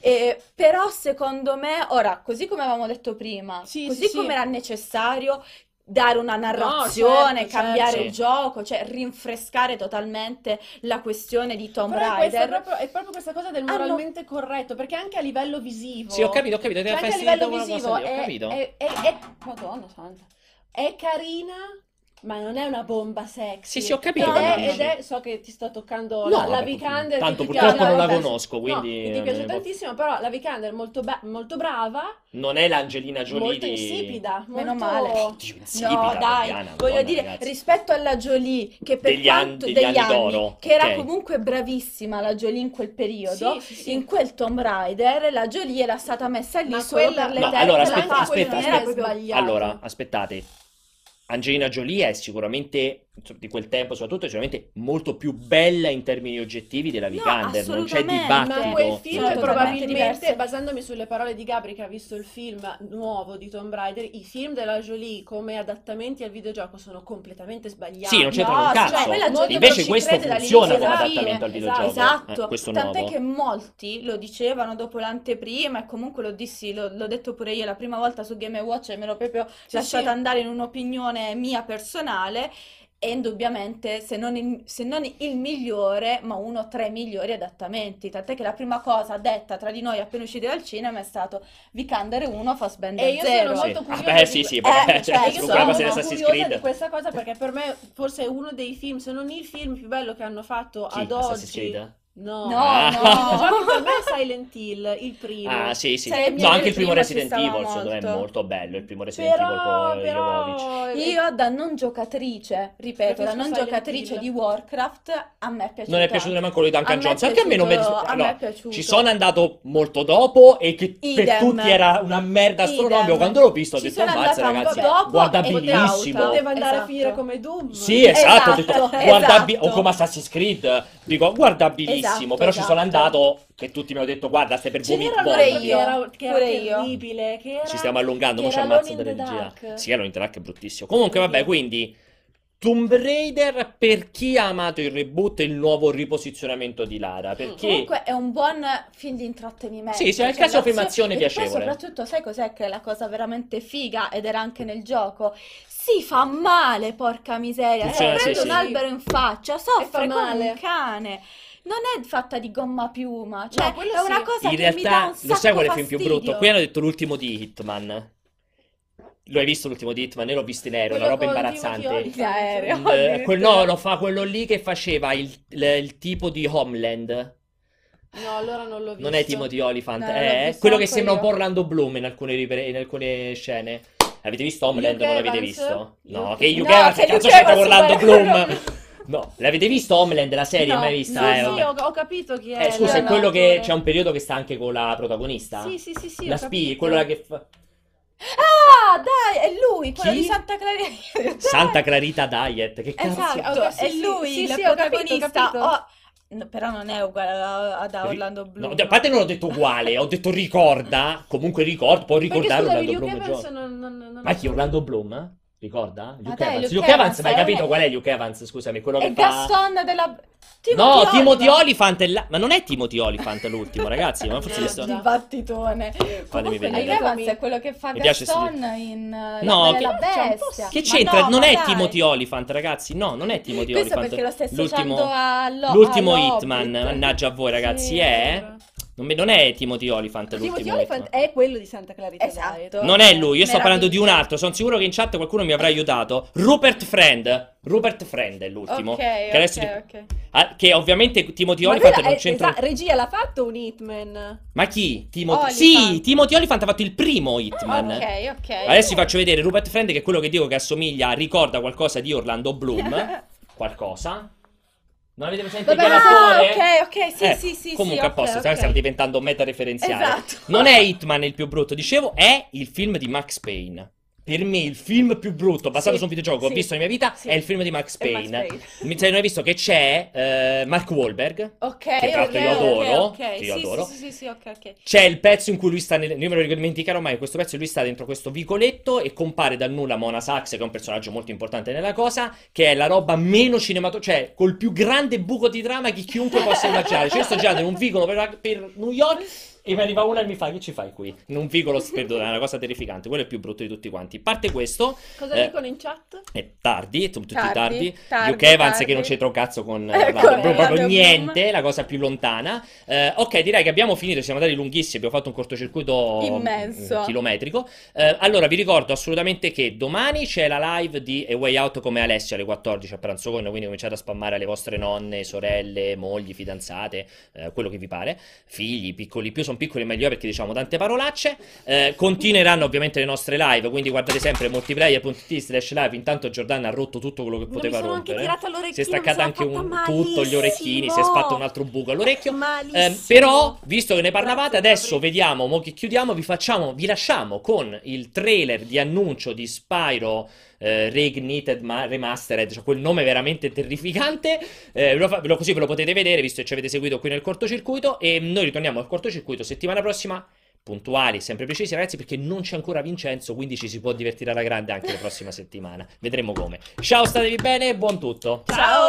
Però secondo me, ora, così come avevamo detto prima, Sì, così sì, come sì. era necessario dare una narrazione, certo, cambiare certo. il gioco, cioè rinfrescare totalmente la questione di Tomb Però Raider. è proprio questa cosa del moralmente corretto, perché anche a livello visivo. Sì, ho capito, Cioè, deve anche a far livello sentire una visivo cosa lì, ho capito. Madonna santa. È carina, ma non è una bomba sexy. Sì, ho capito Ed quello è, che ed dici. è- so che ti sto toccando No, la vabbè, Vikander. tanto che ti purtroppo piace, non la vabbè. conosco, quindi No, che ti non piace ne posso- tantissimo, però la Vikander è molto brava, Non è l'Angelina Jolie molto di... insipida, Meno molto... male. Oddio, insipida, No, dai, Fabiana, voglio Madonna, dire, ragazzi. rispetto alla Jolie, che per Degli anni- quanto degli anni d'oro, che era ok. comunque bravissima la Jolie in quel periodo, Sì, sì, sì. in quel Tomb Raider la Jolie era stata messa lì Ma solo quella- per le No, tette, allora, la aspetta, faccia, aspetta, non aspetta. era proprio sbagliato. Allora, aspettate. Angelina Jolie è sicuramente, di quel tempo soprattutto, è sicuramente molto più bella in termini oggettivi della No, Vikander, non c'è assolutamente. dibattito. Ma quel Sono film totalmente probabilmente, diverse. basandomi sulle parole di Gabri che ha visto il film nuovo di Tomb Raider, i film della Jolie come adattamenti al videogioco sono completamente sbagliati. Sì, non c'entra un No, cazzo. cioè, quella Jolie Invece non ci questo crede funziona dall'inizio come alla adattamento al fine. videogioco. Esatto, Questo tant'è nuovo. che molti lo dicevano dopo l'anteprima e comunque lo dissi, l'ho detto pure io la prima volta su Game Watch e me l'ho proprio Sì, lasciata sì. andare in un'opinione mia personale. E indubbiamente, se non il migliore, ma uno tra i migliori adattamenti. Tant'è che la prima cosa detta tra di noi appena usciti dal cinema è stato Vikander 1, Fassbender E io 0. sono molto Sì. curiosa Vabbè, di sì, sì, que- vabbè, cioè, cioè, io su Io quella sono cosa di molto Assassin's curiosa di Creed. questa cosa perché per me forse è uno dei film, se non il film più bello che hanno fatto Chi? ad Assassin's oggi. Creed? No, No, Ah. I no. videogiochi per me è Silent Hill, il primo. Ah, sì, sì. Silent No, Hill anche il primo prima Resident ci stava Evil, secondo me è molto. molto bello. Il primo Resident Evil con Jovovich. Io da non giocatrice, ripeto, da Preferisco non Silent giocatrice Hill. di Warcraft, a me è piaciuto. Non è piaciuto neanche quello di Duncan A me è Jones. Anche a me non mi è piaciuto- dispiaciuto. a me è Allora, piaciuto. ci sono andato molto dopo e che per Idem. tutti era una merda Idem. astronomica. Quando l'ho visto ho Ci detto, sono ammazza andata un ragazzi, po' dopo e guardabilissimo. cauta. Poteva andare a Esatto. finire come Doom. Sì, esatto, ho detto, Esatto. o come Assassin's Creed, dico guardabilissimo, Esatto, però ci sono esatto. andato che tutti mi hanno detto guarda stai per Ce n'era un vomitare. altro Pure io, che era pure io. terribile, che era... Ci stiamo allungando, che mo ci era ammazza Alone in della the regia. Dark. Sì, Alone in the Dark è bruttissimo. Comunque vabbè, quindi Tomb Raider per chi ha amato il reboot e il nuovo riposizionamento di Lara, perché Comunque è un buon film di intrattenimento. Sì, sì, nel cioè, caso filmazione e poi piacevole. soprattutto, sai cos'è che è la cosa veramente figa ed era anche nel gioco? Si fa male, porca miseria. Funziona, Prende sì, un sì. albero in faccia, E fa soffre come male. un cane. Non è fatta di gomma piuma, cioè No, quello è una sì. cosa in che mi dà realtà un lo sai sacco qual è il film più fastidio. brutto? Qui hanno detto l'ultimo di Hitman. Lo hai visto l'ultimo di Hitman? Io l'ho visto in aereo, una Quello roba con imbarazzante. Timothy In aereo. No, lo fa quello lì che faceva il tipo di Homeland. No, allora non l'ho visto. Non è Timothy Olyphant, No, l'ho è visto quello che anche sembra un io. po' Orlando Bloom in alcune scene. Avete visto Homeland? Hugh Non l'avete Evans? visto? No, Hugh- che Hugh No, Evans, che che cazzo Hugh c'entra con Evans, Orlando quello- Bloom? No, l'avete visto Homeland, la serie? No, Mai vista? Sì, sì, ho capito chi è. Scusa, è l'attore. quello che c'è un periodo che sta anche con la protagonista? Sì, sì, sì, sì, La ho spia, capito. quello là che fa... Ah, dai, è lui, quello Chi? di Santa Clarita. Santa Clarita Diet, che cazzo? Esatto, Sì, è sì, lui, sì, il sì, ho capito, protagonista. ho capito. Oh, no, però non è uguale ad Orlando Bloom. No, a parte non ho detto uguale, ho detto ricorda, comunque ricorda, può Perché ricordare scusami, Orlando Luke Bloom Evans John. non Ma chi, Orlando Bloom? Ricorda? Luke dai, Evans. Luke Luke Evans, Evans, ma hai capito è- qual è Luke Evans? Scusami, quello È che fa... Gaston della... No, Timothy Olyphant è là. Ma non è Timothy Olyphant l'ultimo, ragazzi, ma forse mi sto... Dibattitone. Comunque vedere. Luke Evans è quello che fa Mi piace Gaston in No, La che- Bella Bestia. Che Ma c'entra? no, non ma è dai. Timothy Olyphant, ragazzi. No, non è Timothy Questo Olyphant. perché lo stai associando L'ultimo a l'ultimo a Hitman, Hobbit. mannaggia a voi, ragazzi, Sì, è... vero. Non è Timothy Olyphant l'ultimo Timothy Olyphant Hitman. è quello di Santa Clarita Esatto. Diet. Non è lui, io sto parlando di un Meraviglia. altro. Sono sicuro che in chat qualcuno mi avrà aiutato. Rupert Friend. Rupert Friend è l'ultimo. Ok, Che adesso ok. che ovviamente Timothy Ma Olyphant quella non è- c'entra. regia l'ha fatto un Hitman. Ma chi? Olyphant. Sì, Timothy Olyphant ha fatto il primo Hitman. Ok. Adesso vi faccio vedere Rupert Friend, che è quello che dico che assomiglia, ricorda qualcosa di Orlando Bloom. Qualcosa. Non avete presente Vabbè, che l'attore? ok, sì, Comunque sì, a posto, ok. stiamo diventando meta referenziale. Esatto. Non è Hitman il più brutto, dicevo, è il film di Max Payne. Per me il film più brutto basato Sì, su un videogioco che ho sì, visto nella mia vita sì. è il film di Max È Max Payne. Payne. Se non hai visto che c'è Mark Wahlberg, Ok, che tra l'altro io adoro, ok. che io adoro. Sì, ok. C'è il pezzo in cui lui sta io me lo dimenticherò mai, questo pezzo lui sta dentro questo vicoletto e compare dal nulla Mona Sachs, che è un personaggio molto importante nella cosa, che è la roba meno cinematografica, cioè col più grande buco di trama che chiunque possa immaginare. Cioè io sto girando in un vicolo per New York e mi arriva una e mi fa: che ci fai qui? In un vicolo sperduto, è una cosa terrificante, quello è il più brutto di tutti quanti. Parte questo, Cosa dicono in chat? è tardi, tutti tardi. Tardi, Luke Evans tardi. che non c'entra un cazzo con Orlando proprio Bloom. niente, la cosa più lontana. Ok, direi che abbiamo finito, siamo andati lunghissimi, abbiamo fatto un cortocircuito Immenso. chilometrico. Allora vi ricordo assolutamente che domani c'è la live di A Way Out come Alessia alle 14 a pranzone, quindi cominciate a spammare alle vostre nonne, sorelle, mogli, fidanzate, quello che vi pare, figli, piccoli, più sono piccoli meglio è perché diciamo tante parolacce. Continueranno ovviamente le nostre live, quindi guardate sempre multiplayer.it/live. Intanto Giordana ha rotto tutto quello che poteva mi sono anche rompere. tirata l'orecchino, Si è staccata anche mi sono fatta tutto gli orecchini, si è fatto un altro buco all'orecchio. Malissimo. Però, visto che ne parlavate, Grazie, adesso Fabrizio. vediamo, mo che chiudiamo, vi lasciamo con il trailer di annuncio di Spyro Reignited Remastered, cioè quel nome veramente terrificante. Così ve lo potete vedere, visto che ci avete seguito qui nel cortocircuito. E noi ritorniamo al cortocircuito settimana prossima, puntuali, sempre precisi, ragazzi, perché non c'è ancora Vincenzo, quindi ci si può divertire alla grande anche la prossima settimana. Vedremo come. Ciao, statevi bene e buon tutto. Ciao.